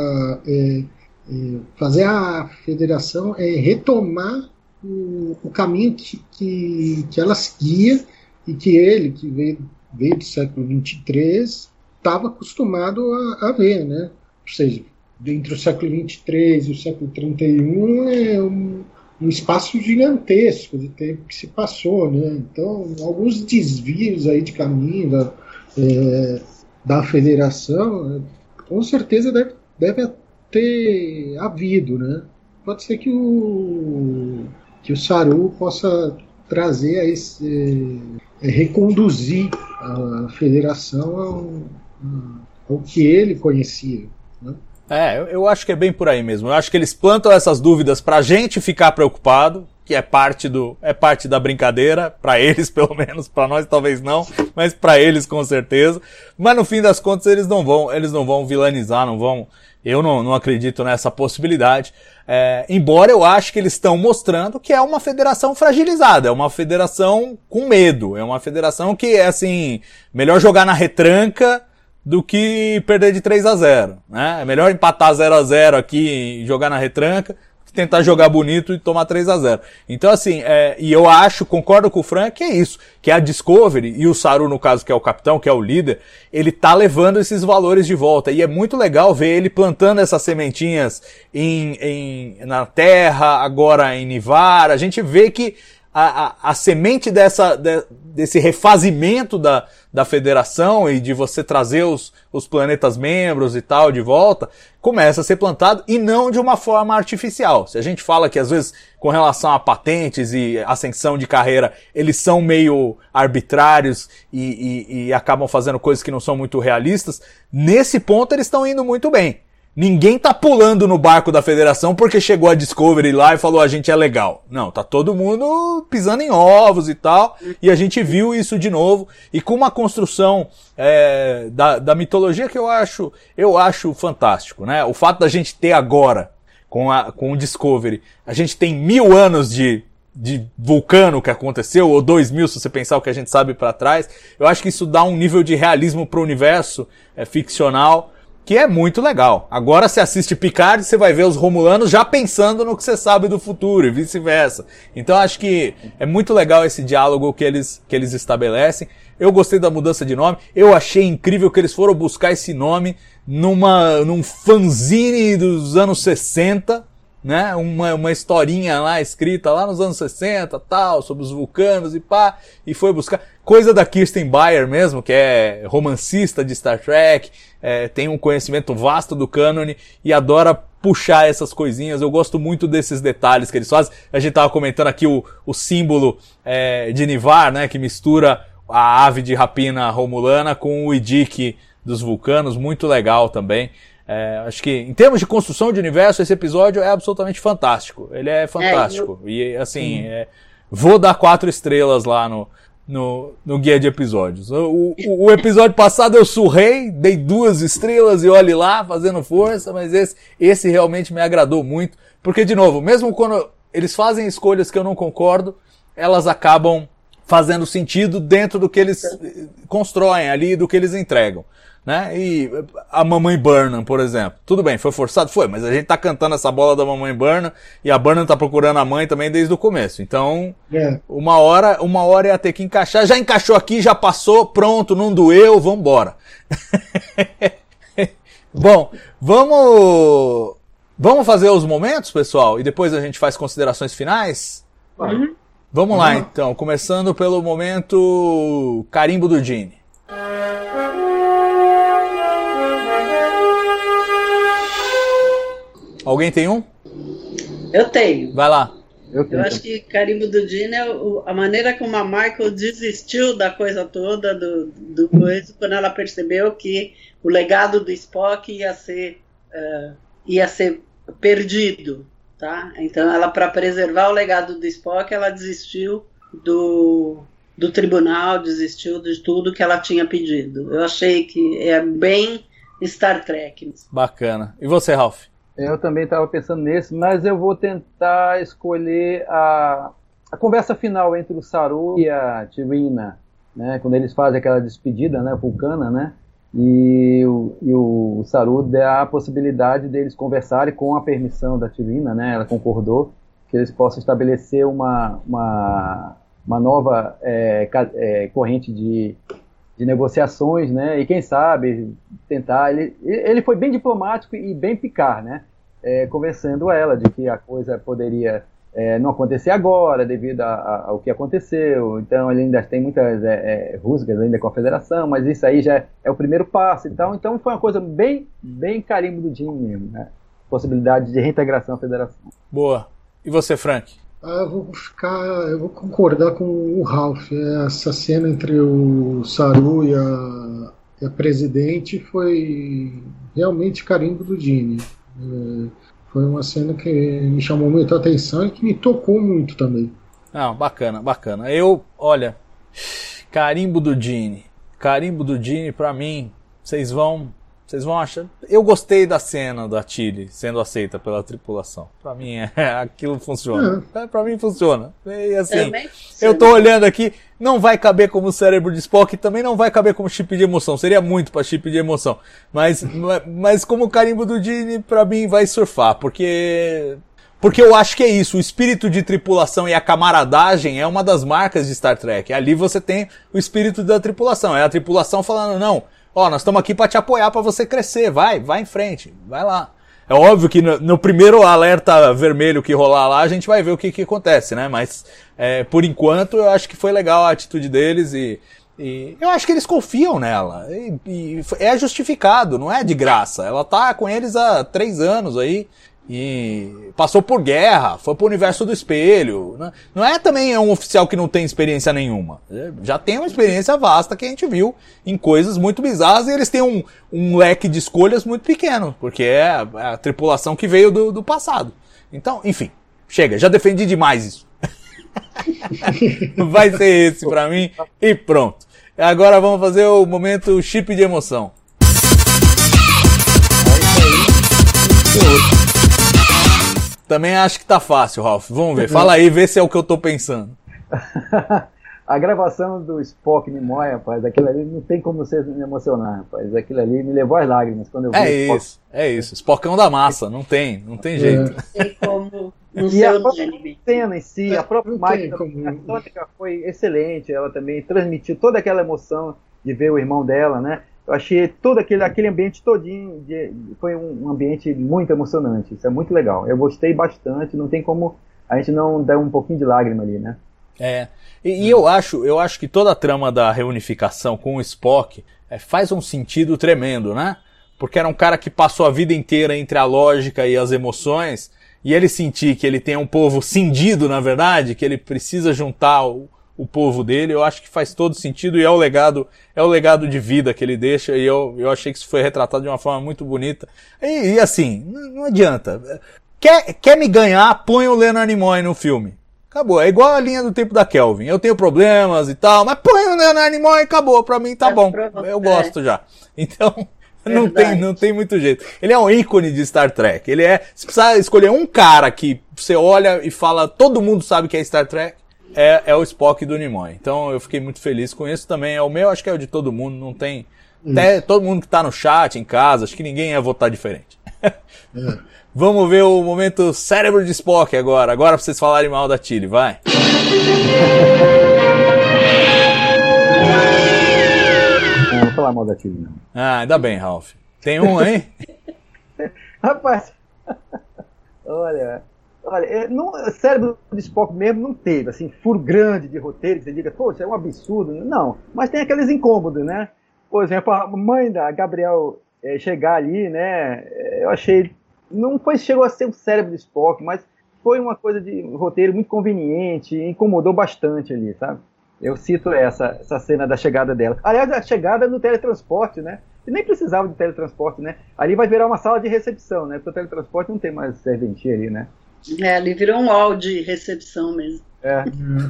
é, fazer a federação é retomar o, o caminho que, que, que ela seguia e que ele, que veio, veio do século vinte e três, estava acostumado a, a ver, né? Ou seja, entre o século vinte e três e o século trinta e um é um, um espaço gigantesco de tempo que se passou, né? Então, alguns desvios aí de caminho da, é, da federação, com certeza deve, deve ter havido, né? Pode ser que o que o Saru possa trazer a esse, é, reconduzir a federação ao, ao que ele conhecia, né? É, eu, eu acho que é bem por aí mesmo. Eu acho que eles plantam essas dúvidas pra gente ficar preocupado, que é parte do é parte da brincadeira, pra eles pelo menos, pra nós talvez não, mas pra eles com certeza. Mas no fim das contas eles não vão, eles não vão vilanizar, não vão. Eu não, não acredito nessa possibilidade, é, embora eu acho que eles estão mostrando que é uma federação fragilizada, é uma federação com medo, é uma federação que é assim, melhor jogar na retranca do que perder de três a zero, né? É melhor empatar zero a zero aqui e jogar na retranca, que tentar jogar bonito e tomar três a zero. Então assim, é, e eu acho, concordo com o Frank, que é isso, que a Discovery, e o Saru no caso que é o capitão, que é o líder, ele tá levando esses valores de volta, e é muito legal ver ele plantando essas sementinhas em, em, na Terra, agora em Nivar. A gente vê que a, a, a semente dessa, de, desse refazimento da, da federação e de você trazer os, os planetas membros e tal de volta, começa a ser plantado e não de uma forma artificial. Se a gente fala que às vezes com relação a patentes e ascensão de carreira, eles são meio arbitrários e, e, e acabam fazendo coisas que não são muito realistas, nesse ponto eles estão indo muito bem. Ninguém tá pulando no barco da federação porque chegou a Discovery lá e falou a gente é legal. Não, tá todo mundo pisando em ovos e tal, e a gente viu isso de novo, e com uma construção é, da, da mitologia que eu acho, eu acho fantástico, né? O fato da gente ter agora, com, a, com o Discovery, a gente tem mil anos de, de vulcano que aconteceu, ou dois mil se você pensar o que a gente sabe pra trás, eu acho que isso dá um nível de realismo pro universo é, ficcional, que é muito legal. Agora você assiste Picard e você vai ver os romulanos já pensando no que você sabe do futuro e vice-versa. Então acho que é muito legal esse diálogo que eles, que eles estabelecem. Eu gostei da mudança de nome. Eu achei incrível que eles foram buscar esse nome numa, num fanzine dos anos sessenta, né? Uma, uma historinha lá escrita lá nos anos sessenta, tal, sobre os vulcanos e pá, e foi buscar. Coisa da Kirsten Beyer mesmo, que é romancista de Star Trek, é, tem um conhecimento vasto do cânone e adora puxar essas coisinhas. Eu gosto muito desses detalhes que eles fazem. A gente tava comentando aqui o, o símbolo é, de Nivar, né, que mistura a ave de rapina romulana com o Idik dos vulcanos, muito legal também. É, acho que em termos de construção de universo, esse episódio é absolutamente fantástico. Ele é fantástico. É, eu... E assim, é, vou dar quatro estrelas lá no, no, no guia de episódios. O, o, o episódio passado eu surrei, dei duas estrelas e olhe lá, fazendo força, mas esse, esse realmente me agradou muito. Porque, de novo, mesmo quando eles fazem escolhas que eu não concordo, elas acabam fazendo sentido dentro do que eles constroem ali, do que eles entregam. Né? E a Mamãe Burnham, por exemplo. Tudo bem, foi forçado? Foi, mas a gente tá cantando essa bola da Mamãe Burnham e a Burnham tá procurando a mãe também desde o começo. Então, é. uma hora uma hora ia ter que encaixar. Já encaixou aqui, já passou, pronto, não doeu, vambora. Bom, vamos, vamos fazer os momentos, pessoal, e depois a gente faz considerações finais? Uhum. Vamos lá, então, começando pelo momento carimbo do Gene. Alguém tem um? Eu tenho. Vai lá. Eu, Eu acho que carimbo do Gene é o, a maneira como a Michael desistiu da coisa toda, do, do coisa, quando ela percebeu que o legado do Spock ia ser, uh, ia ser perdido. Tá? Então, ela, para preservar o legado do Spock, ela desistiu do, do tribunal, desistiu de tudo que ela tinha pedido. Eu achei que é bem Star Trek. Bacana. E você, Ralph? Eu também estava pensando nisso, mas eu vou tentar escolher a, a conversa final entre o Saru e a T'Rina, né, quando eles fazem aquela despedida, né, vulcana, né, e o, e o Saru dá a possibilidade deles conversarem com a permissão da T'Rina, né, ela concordou que eles possam estabelecer uma, uma, uma nova é, é, corrente de, de negociações, né, e quem sabe tentar, ele, ele foi bem diplomático e bem picar, né, É, conversando a ela de que a coisa poderia é, não acontecer agora devido a, a, ao que aconteceu, então ele ainda tem muitas é, é, rusgas ainda com a federação, mas isso aí já é, é o primeiro passo e tal, então foi uma coisa bem, bem carimbo do Gene mesmo, né? Possibilidade de reintegração à federação. Boa. E você, Frank? Ah, eu vou ficar, eu vou concordar com o Ralph. Essa cena entre o Saru e a, e a presidente foi realmente carimbo do Gene. Foi uma cena que me chamou muita atenção e que me tocou muito também. Ah, bacana, bacana. Eu, olha, carimbo do Gene. Carimbo do Gene, pra mim, vocês vão, vocês vão achar... Eu gostei da cena da Tilly sendo aceita pela tripulação. Pra mim, é, aquilo funciona. É. Pra mim, funciona. E assim, eu tô olhando aqui, não vai caber como cérebro de Spock, também não vai caber como chip de emoção. Seria muito pra chip de emoção. Mas, mas como carimbo do Gene, pra mim, vai surfar. Porque... Porque eu acho que é isso. O espírito de tripulação e a camaradagem é uma das marcas de Star Trek. Ali você tem o espírito da tripulação. É a tripulação falando, não, ó, nós estamos aqui pra te apoiar, pra você crescer. Vai, vai em frente. Vai lá. É óbvio que no, no primeiro alerta vermelho que rolar lá, a gente vai ver o que, que acontece, né? Mas, é, por enquanto, eu acho que foi legal a atitude deles e, e eu acho que eles confiam nela. E, e é justificado, não é de graça. Ela tá com eles há três anos aí e passou por guerra, foi pro universo do espelho. Né? Não é também um oficial que não tem experiência nenhuma. Já tem uma experiência vasta que a gente viu em coisas muito bizarras e eles têm um, um leque de escolhas muito pequeno, porque é a, a tripulação que veio do, do passado. Então, enfim, chega, já defendi demais isso. Vai ser esse pra mim e pronto. Agora vamos fazer o momento chip de emoção. Também acho que tá fácil, Ralph. Vamos ver. Fala aí, vê se é o que eu tô pensando. A gravação do Spock Nimoy, rapaz, aquilo ali não tem como você me emocionar, rapaz. Aquilo ali me levou às lágrimas quando eu vi é o Spock. Isso, é isso. Spockão da massa, não tem, não tem jeito. Não tem como não e ser a unânime. cena em si, a própria Mike, a tônica foi excelente, ela também transmitiu toda aquela emoção de ver o irmão dela, né? Eu achei todo aquele, aquele ambiente todinho, de, foi um, um ambiente muito emocionante, isso é muito legal. Eu gostei bastante, não tem como a gente não dar um pouquinho de lágrima ali, né? É, e, e eu acho, eu acho que toda a trama da reunificação com o Spock é, faz um sentido tremendo, né? Porque era um cara que passou a vida inteira entre a lógica e as emoções, e ele sentir que ele tem um povo cindido, na verdade, que ele precisa juntar o o povo dele, eu acho que faz todo sentido e é o legado, é o legado de vida que ele deixa e eu, eu achei que isso foi retratado de uma forma muito bonita. E, e assim, não, não adianta. Quer, quer me ganhar, põe o Leonard Nimoy no filme. Acabou. É igual a linha do tempo da Kelvin. Eu tenho problemas e tal, mas põe o Leonard Nimoy e acabou. Pra mim tá bom. Eu gosto já. Então, não tem, não tem muito jeito. Ele é um ícone de Star Trek. Ele é, se precisar escolher um cara que você olha e fala, todo mundo sabe que é Star Trek, é, é o Spock do Nimoy. Então eu fiquei muito feliz com isso também. É o meu, acho que é o de todo mundo, não tem... Até todo mundo que tá no chat, em casa, acho que ninguém ia votar diferente. É. Vamos ver o momento cérebro de Spock agora. Agora pra vocês falarem mal da Tilly, vai. Não vou falar mal da Tilly, não. Ah, ainda bem, Ralph. Tem um aí? Rapaz, olha, olha, não, cérebro de Spock mesmo não teve, assim, furo grande de roteiro, que você diga, pô, isso é um absurdo. Não, mas tem aqueles incômodos, né? Por exemplo, a mãe da Gabriel é, chegar ali, né, eu achei, não foi, chegou a ser o cérebro de Spock, mas foi uma coisa de roteiro muito conveniente, incomodou bastante ali, sabe? Eu cito essa, essa cena da chegada dela. Aliás, a chegada no teletransporte, né? E nem precisava de teletransporte, né? Ali vai virar uma sala de recepção, né? Porque o teletransporte não tem mais serventia ali, né? É, ali virou um hall de recepção mesmo. É.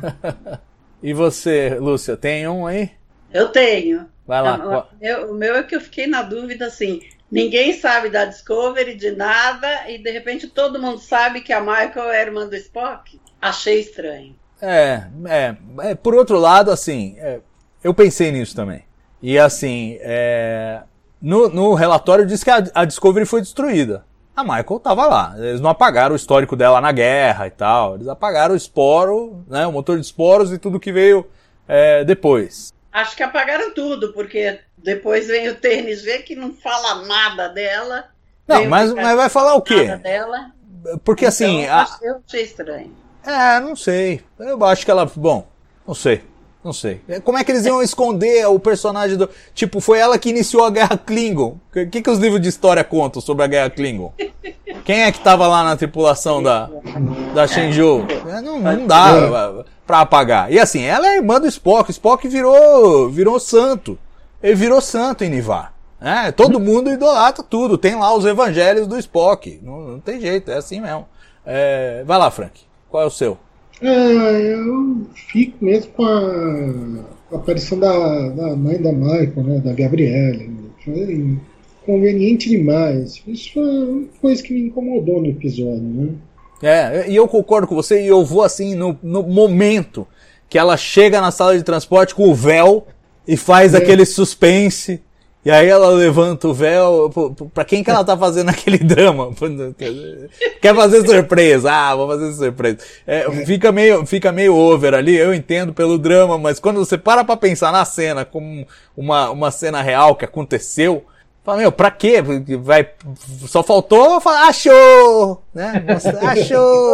E você, Lúcia, tem um aí? Eu tenho. Vai lá. Não, eu, o meu é que eu fiquei na dúvida, assim, ninguém sabe da Discovery, de nada, e de repente todo mundo sabe que a Michael é irmã do Spock. Achei estranho. É, é, é por outro lado, assim, é, eu pensei nisso também. E assim, é, no, no relatório diz que a, a Discovery foi destruída. A Michael tava lá. Eles não apagaram o histórico dela na guerra e tal. Eles apagaram o esporo, né, o motor de esporos e tudo que veio é, depois. Acho que apagaram tudo, porque depois vem o T N G que não fala nada dela. Não, mas, mas vai falar o quê? Nada dela. Porque então, assim... Eu, a... achei, eu achei estranho. É, não sei. Eu acho que ela... Bom, não sei. Não sei. Como é que eles iam esconder o personagem do... Tipo, foi ela que iniciou a Guerra Klingon. O que, que os livros de história contam sobre a Guerra Klingon? Quem é que tava lá na tripulação da, da Shenzhou? Não, não dá pra apagar. E assim, ela é irmã do Spock. Spock virou, virou santo. Ele virou santo em Nivar. É, todo mundo idolatra tudo. Tem lá os evangelhos do Spock. Não, não tem jeito, é assim mesmo. É, vai lá, Frank. Qual é o seu? É, eu fico mesmo com a, a aparição da, da mãe da Michael, né, da Gabrielle. Foi conveniente demais. Isso foi uma coisa que me incomodou no episódio, né? É, e eu concordo com você, e eu vou assim, no, no momento que ela chega na sala de transporte com o véu e faz é. aquele suspense, e aí ela levanta o véu. Pra quem que ela tá fazendo aquele drama? Quer fazer surpresa? Ah, vou fazer surpresa. É, fica meio, fica meio over ali, eu entendo pelo drama, mas quando você para pra pensar na cena como uma, uma cena real que aconteceu, fala, meu, pra quê? Vai, só faltou falar, achou! Né? Achou!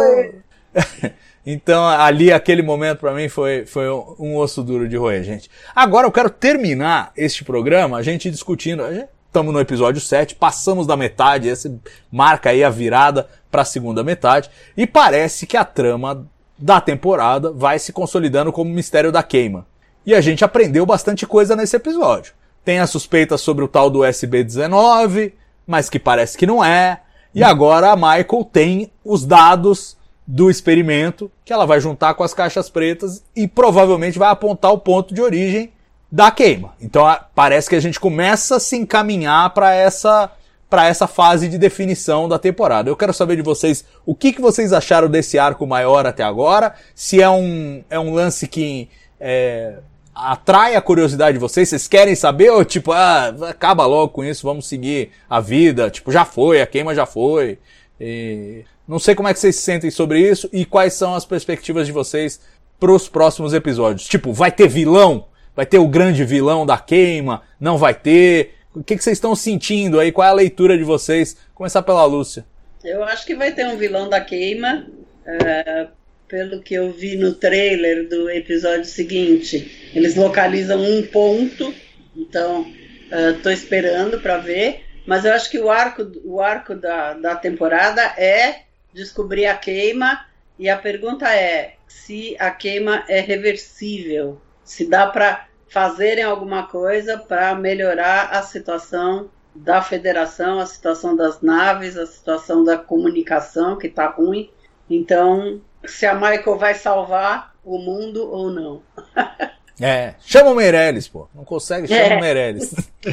Então, ali, aquele momento pra mim foi, foi um osso duro de roer, gente. Agora eu quero terminar este programa, a gente discutindo, estamos no episódio sete, passamos da metade, esse marca aí a virada pra segunda metade, e parece que a trama da temporada vai se consolidando como o mistério da queima. E a gente aprendeu bastante coisa nesse episódio. Tem a suspeita sobre o tal do S B dezenove, mas que parece que não é, e agora a Michael tem os dados do experimento, que ela vai juntar com as caixas pretas e provavelmente vai apontar o ponto de origem da queima. Então a, parece que a gente começa a se encaminhar para essa, para essa fase de definição da temporada. Eu quero saber de vocês o que, que vocês acharam desse arco maior até agora, se é um, é um lance que é, atrai a curiosidade de vocês, vocês querem saber ou tipo, ah, acaba logo com isso, vamos seguir a vida, tipo, já foi, a queima já foi. E não sei como é que vocês se sentem sobre isso e quais são as perspectivas de vocês pros próximos episódios. Tipo, vai ter vilão? Vai ter o grande vilão da queima? Não vai ter? O que, que vocês estão sentindo aí? Qual é a leitura de vocês? Começar pela Lúcia. Eu acho que vai ter um vilão da queima. Uh, pelo que eu vi no trailer do episódio seguinte, eles localizam um ponto. Então, uh, tô esperando para ver. Mas eu acho que o arco, o arco da, da temporada é descobrir a queima, e a pergunta é se a queima é reversível, se dá para fazerem alguma coisa para melhorar a situação da federação, a situação das naves, a situação da comunicação, que está ruim. Então, se a Michael vai salvar o mundo ou não. É, chama o Meirelles, pô. Não consegue, chama é. o Meirelles.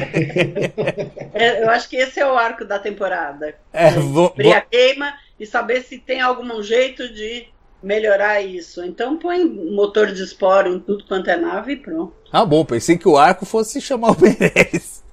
É, eu acho que esse é o arco da temporada. É, vou, Abrir vou... a queima e saber se tem algum jeito de melhorar isso. Então põe motor de esporo em tudo quanto é nave e pronto. Ah, bom, pensei que o arco fosse chamar o Meirelles.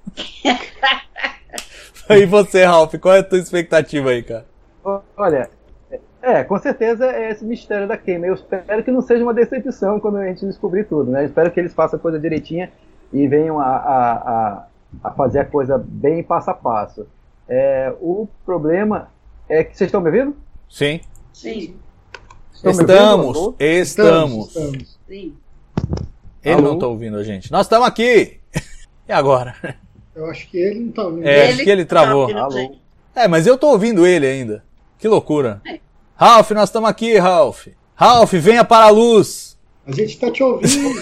E você, Ralph, qual é a tua expectativa aí, cara? Olha, é, com certeza é esse mistério da queima. Eu espero que não seja uma decepção quando a gente descobrir tudo, né? Eu espero que eles façam a coisa direitinha e venham a, a, a, a fazer a coisa bem passo a passo. É, o problema é que... Vocês estão me ouvindo? Sim. Sim. Estamos, estamos, estamos. estamos. Sim. Ele Alô? não está ouvindo a gente. Nós estamos aqui! E agora? Eu acho que ele não está ouvindo. É, acho que ele travou. Tá ouvindo, é, mas eu estou ouvindo ele ainda. Que loucura. É. Ralph, nós estamos aqui, Ralph. Ralph, venha para a luz. A gente está te ouvindo.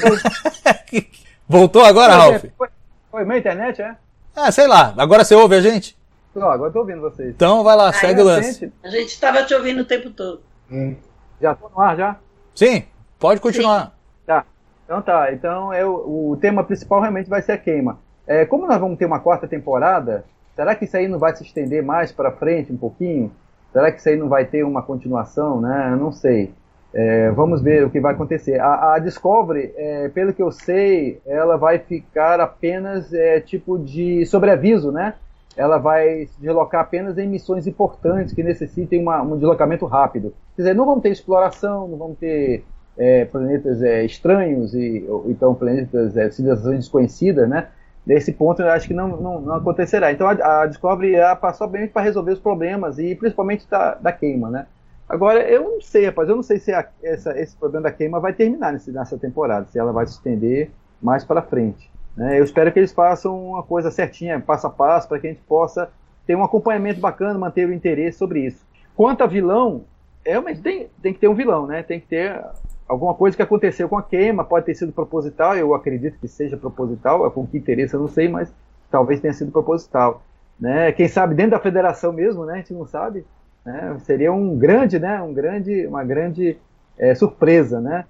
Voltou agora, Ralph? Foi, foi minha internet, é? Ah, sei lá. Agora você ouve a gente? Não, agora estou ouvindo vocês. Então vai lá, ah, segue o lance. A gente estava te ouvindo o tempo todo. É. Já estou no ar, já? Sim, pode continuar. Sim. Tá. Então tá. Então é o, o tema principal realmente vai ser a queima. É, como nós vamos ter uma quarta temporada, será que isso aí não vai se estender mais para frente um pouquinho? Será que isso aí não vai ter uma continuação, né? Eu não sei. É, vamos ver o que vai acontecer. A, a Discovery, é, pelo que eu sei, ela vai ficar apenas é, tipo de sobreaviso, né? Ela vai se deslocar apenas em missões importantes que necessitem uma, um deslocamento rápido. Quer dizer, não vamos ter exploração, não vamos ter é, planetas é, estranhos, e, ou então planetas, é, civilizações desconhecidas, né? Nesse ponto eu acho que não, não, não acontecerá. Então a, a Discovery passou bem para resolver os problemas, e principalmente da, da queima, né? Agora, eu não sei, rapaz, eu não sei se a, essa, esse problema da queima vai terminar nesse, nessa temporada, se ela vai se estender mais para frente. Né? Eu espero que eles façam uma coisa certinha, passo a passo, para que a gente possa ter um acompanhamento bacana, manter o interesse sobre isso. Quanto a vilão, realmente tem, tem que ter um vilão, né? Tem que ter alguma coisa que aconteceu com a queima, pode ter sido proposital, eu acredito que seja proposital, com que interesse eu não sei, mas talvez tenha sido proposital. Né? Quem sabe dentro da federação mesmo, né? A gente não sabe. Né? Seria um grande, né? um grande, uma grande é, surpresa, né?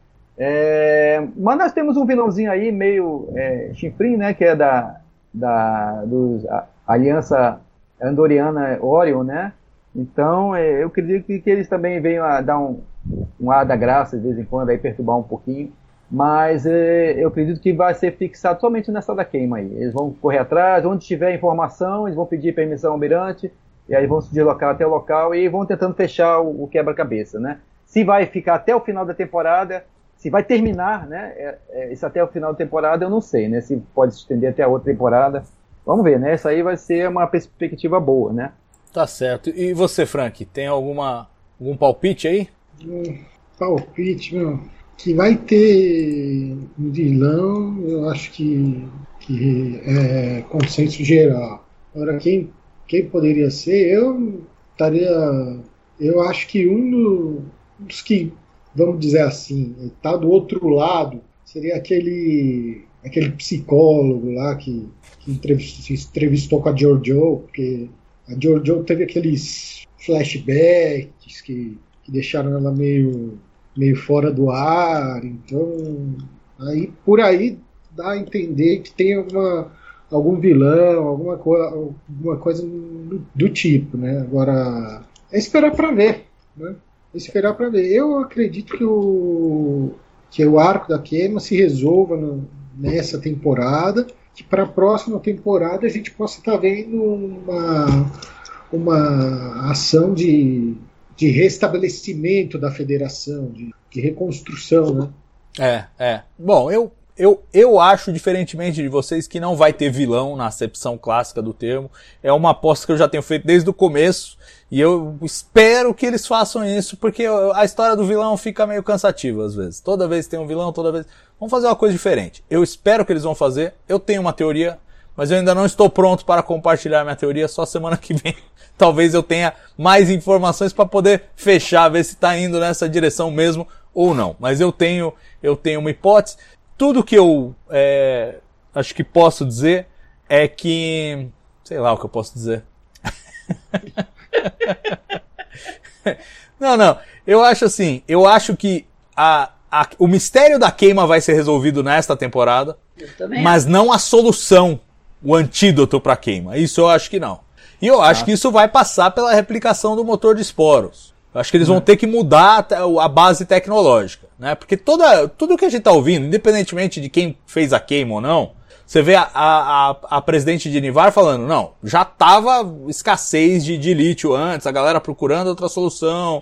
É, mas nós temos um vilãozinho aí meio é, chinfrim, né? Que é da, da dos, a, Aliança Andoriana Orion, né? Então é, eu acredito que, que eles também venham a dar um, um ar da graça de vez em quando, aí perturbar um pouquinho, mas é, eu acredito que vai ser fixado somente nessa da queima aí. Eles vão correr atrás, onde tiver informação, eles vão pedir permissão ao almirante, e aí vão se deslocar até o local e vão tentando fechar o, o quebra-cabeça, né? Se vai ficar até o final da temporada, se vai terminar, né? É, é, isso até o final da temporada eu não sei, né? Se pode se estender até a outra temporada. Vamos ver, né? Essa aí vai ser uma perspectiva boa, né? Tá certo. E você, Frank, tem alguma, algum palpite aí? Um palpite, meu, que vai ter um vilão, eu acho que, que é consenso geral. Agora, quem Quem poderia ser? Eu estaria. Eu acho que um do, dos que, vamos dizer assim, está do outro lado, seria aquele, aquele psicólogo lá que, que entrevistou, se entrevistou com a Georgiou, porque a Georgiou teve aqueles flashbacks que, que deixaram ela meio, meio fora do ar. Então, aí, por aí dá a entender que tem alguma. algum vilão, alguma, co alguma coisa do, do tipo, né? Agora, é esperar para ver, né? É esperar para ver. Eu acredito que o, que o arco da queima se resolva no, nessa temporada, que para a próxima temporada a gente possa estar tá vendo uma, uma ação de, de restabelecimento da federação, de, de reconstrução, né? É, é. Bom, eu Eu, eu acho, diferentemente de vocês, que não vai ter vilão na acepção clássica do termo. É uma aposta que eu já tenho feito desde o começo. E eu espero que eles façam isso, porque a história do vilão fica meio cansativa às vezes. Toda vez tem um vilão, toda vez... Vamos fazer uma coisa diferente. Eu espero que eles vão fazer. Eu tenho uma teoria, mas eu ainda não estou pronto para compartilhar minha teoria. Só semana que vem talvez eu tenha mais informações para poder fechar, ver se está indo nessa direção mesmo ou não. Mas eu tenho, eu tenho uma hipótese. Tudo que eu é, acho que posso dizer é que... Sei lá o que eu posso dizer. Não, não. Eu acho assim, eu acho que a, a, o mistério da queima vai ser resolvido nesta temporada, mas não a solução, o antídoto para a queima. Isso eu acho que não. E eu acho ah. que isso vai passar pela replicação do motor de esporos. Acho que eles vão ter que mudar a base tecnológica, né? Porque toda, tudo que a gente está ouvindo, independentemente de quem fez a queima ou não, você vê a, a, a presidente de Nivar falando, não, já estava escassez de, de lítio antes, a galera procurando outra solução,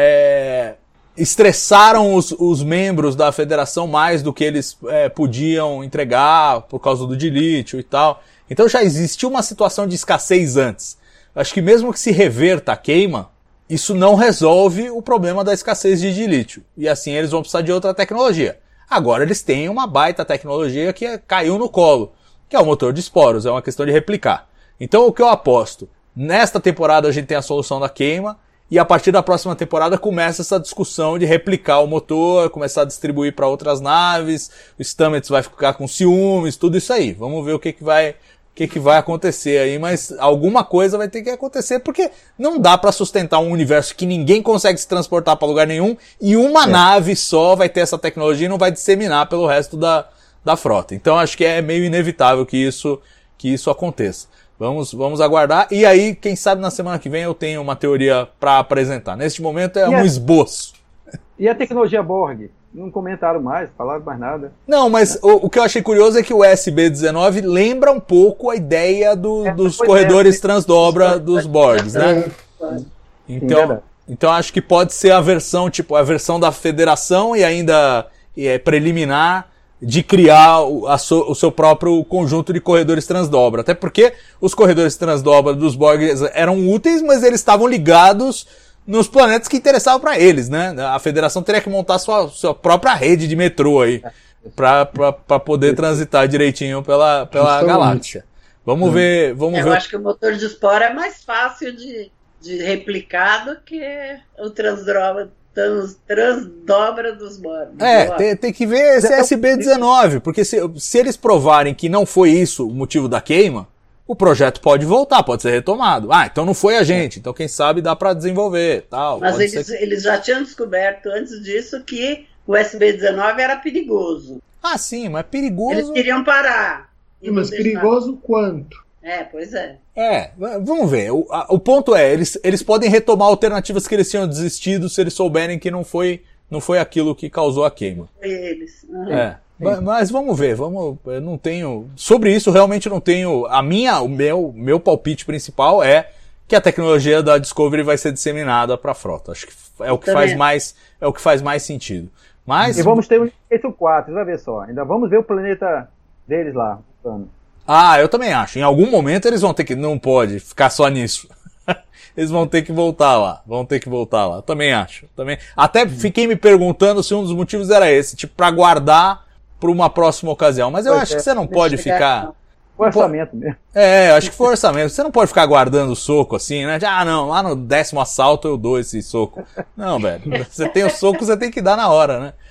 é, estressaram os, os membros da federação mais do que eles é, podiam entregar por causa do de lítio e tal. Então já existiu uma situação de escassez antes. Acho que mesmo que se reverta a queima, isso não resolve o problema da escassez de, de lítio. E assim eles vão precisar de outra tecnologia. Agora eles têm uma baita tecnologia que caiu no colo, que é o motor de esporos, é uma questão de replicar. Então o que eu aposto? Nesta temporada a gente tem a solução da queima, e a partir da próxima temporada começa essa discussão de replicar o motor, começar a distribuir para outras naves, o Stamets vai ficar com ciúmes, tudo isso aí. Vamos ver o que, que vai... O que, que vai acontecer aí, mas alguma coisa vai ter que acontecer, porque não dá para sustentar um universo que ninguém consegue se transportar para lugar nenhum, e uma é. nave só vai ter essa tecnologia e não vai disseminar pelo resto da, da frota. Então acho que é meio inevitável que isso, que isso aconteça. Vamos, vamos aguardar, e aí, quem sabe na semana que vem eu tenho uma teoria para apresentar. Neste momento é e um a... esboço. E a tecnologia Borg? Não comentaram mais, falaram mais nada. Não, mas o, o que eu achei curioso é que o S B dezenove lembra um pouco a ideia do, é, dos corredores é, transdobra é, dos Borgs, né? É, então, então acho que pode ser a versão, tipo, a versão da federação e ainda é, preliminar de criar o, a so, o seu próprio conjunto de corredores transdobra. Até porque os corredores transdobra dos Borgs eram úteis, mas eles estavam ligados nos planetas que interessavam para eles, né? A federação teria que montar sua, sua própria rede de metrô aí, para poder transitar direitinho pela, pela galáxia. Vamos hum. ver... Vamos Eu ver... acho que o motor de espora é mais fácil de, de replicar do que o transdobra, trans, transdobra dos Borg. É, tem, tem que ver esse S B dezenove, porque se, se eles provarem que não foi isso o motivo da queima, o projeto pode voltar, pode ser retomado. Ah, então não foi a gente, então quem sabe dá para desenvolver. Tal. Mas eles, ser... eles já tinham descoberto antes disso que o S B dezenove era perigoso. Ah, sim, mas perigoso... Eles queriam parar. Sim, mas perigoso quanto? É, pois é. É, vamos ver. O, a, o ponto é, eles, eles podem retomar alternativas que eles tinham desistido se eles souberem que não foi, não foi aquilo que causou a queima. Foi eles. Uhum. É. Mas, mas vamos ver, vamos, eu não tenho, sobre isso realmente não tenho, a minha, o meu, meu palpite principal é que a tecnologia da Discovery vai ser disseminada para a frota. Acho que é o que faz mais, é o que faz mais sentido. Mas e vamos ter um Space quatro, vai ver só. Ainda vamos ver o planeta deles lá. Ah, eu também acho. Em algum momento eles vão ter que, não pode ficar só nisso. Eles vão ter que voltar lá, vão ter que voltar lá. Também acho. Também. Até fiquei me perguntando se um dos motivos era esse, tipo para guardar para uma próxima ocasião. Mas eu pois acho é, que você não pode ficar... Foi orçamento mesmo. É, acho que foi orçamento. Você não pode ficar guardando soco assim, né? Ah, não, lá no décimo assalto eu dou esse soco. Não, velho. Você tem o soco, você tem que dar na hora, né?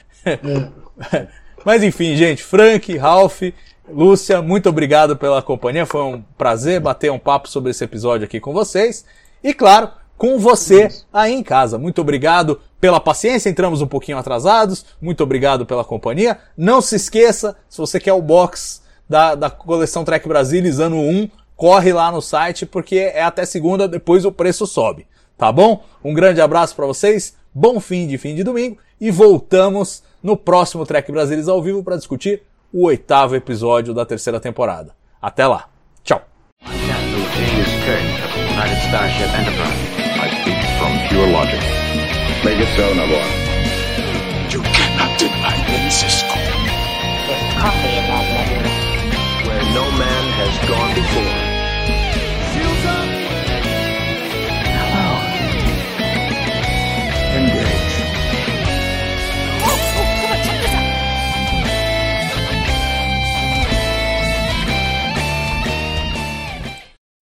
É. Mas enfim, gente. Frank, Ralph, Lúcia, muito obrigado pela companhia. Foi um prazer bater um papo sobre esse episódio aqui com vocês. E claro, com você aí em casa. Muito obrigado pela paciência, entramos um pouquinho atrasados. Muito obrigado pela companhia. Não se esqueça, se você quer o box da, da coleção Trek Brasilis ano um, corre lá no site, porque é até segunda, depois o preço sobe. Tá bom? Um grande abraço para vocês, bom fim de fim de domingo, e voltamos no próximo Trek Brasilis ao vivo para discutir o oitavo episódio da terceira temporada. Até lá. Tchau. United Starship Enterprise. I speak from pure logic. Make it so, Nabor. You cannot deny them, Cisco. There's coffee in that letter. Where no man has gone before.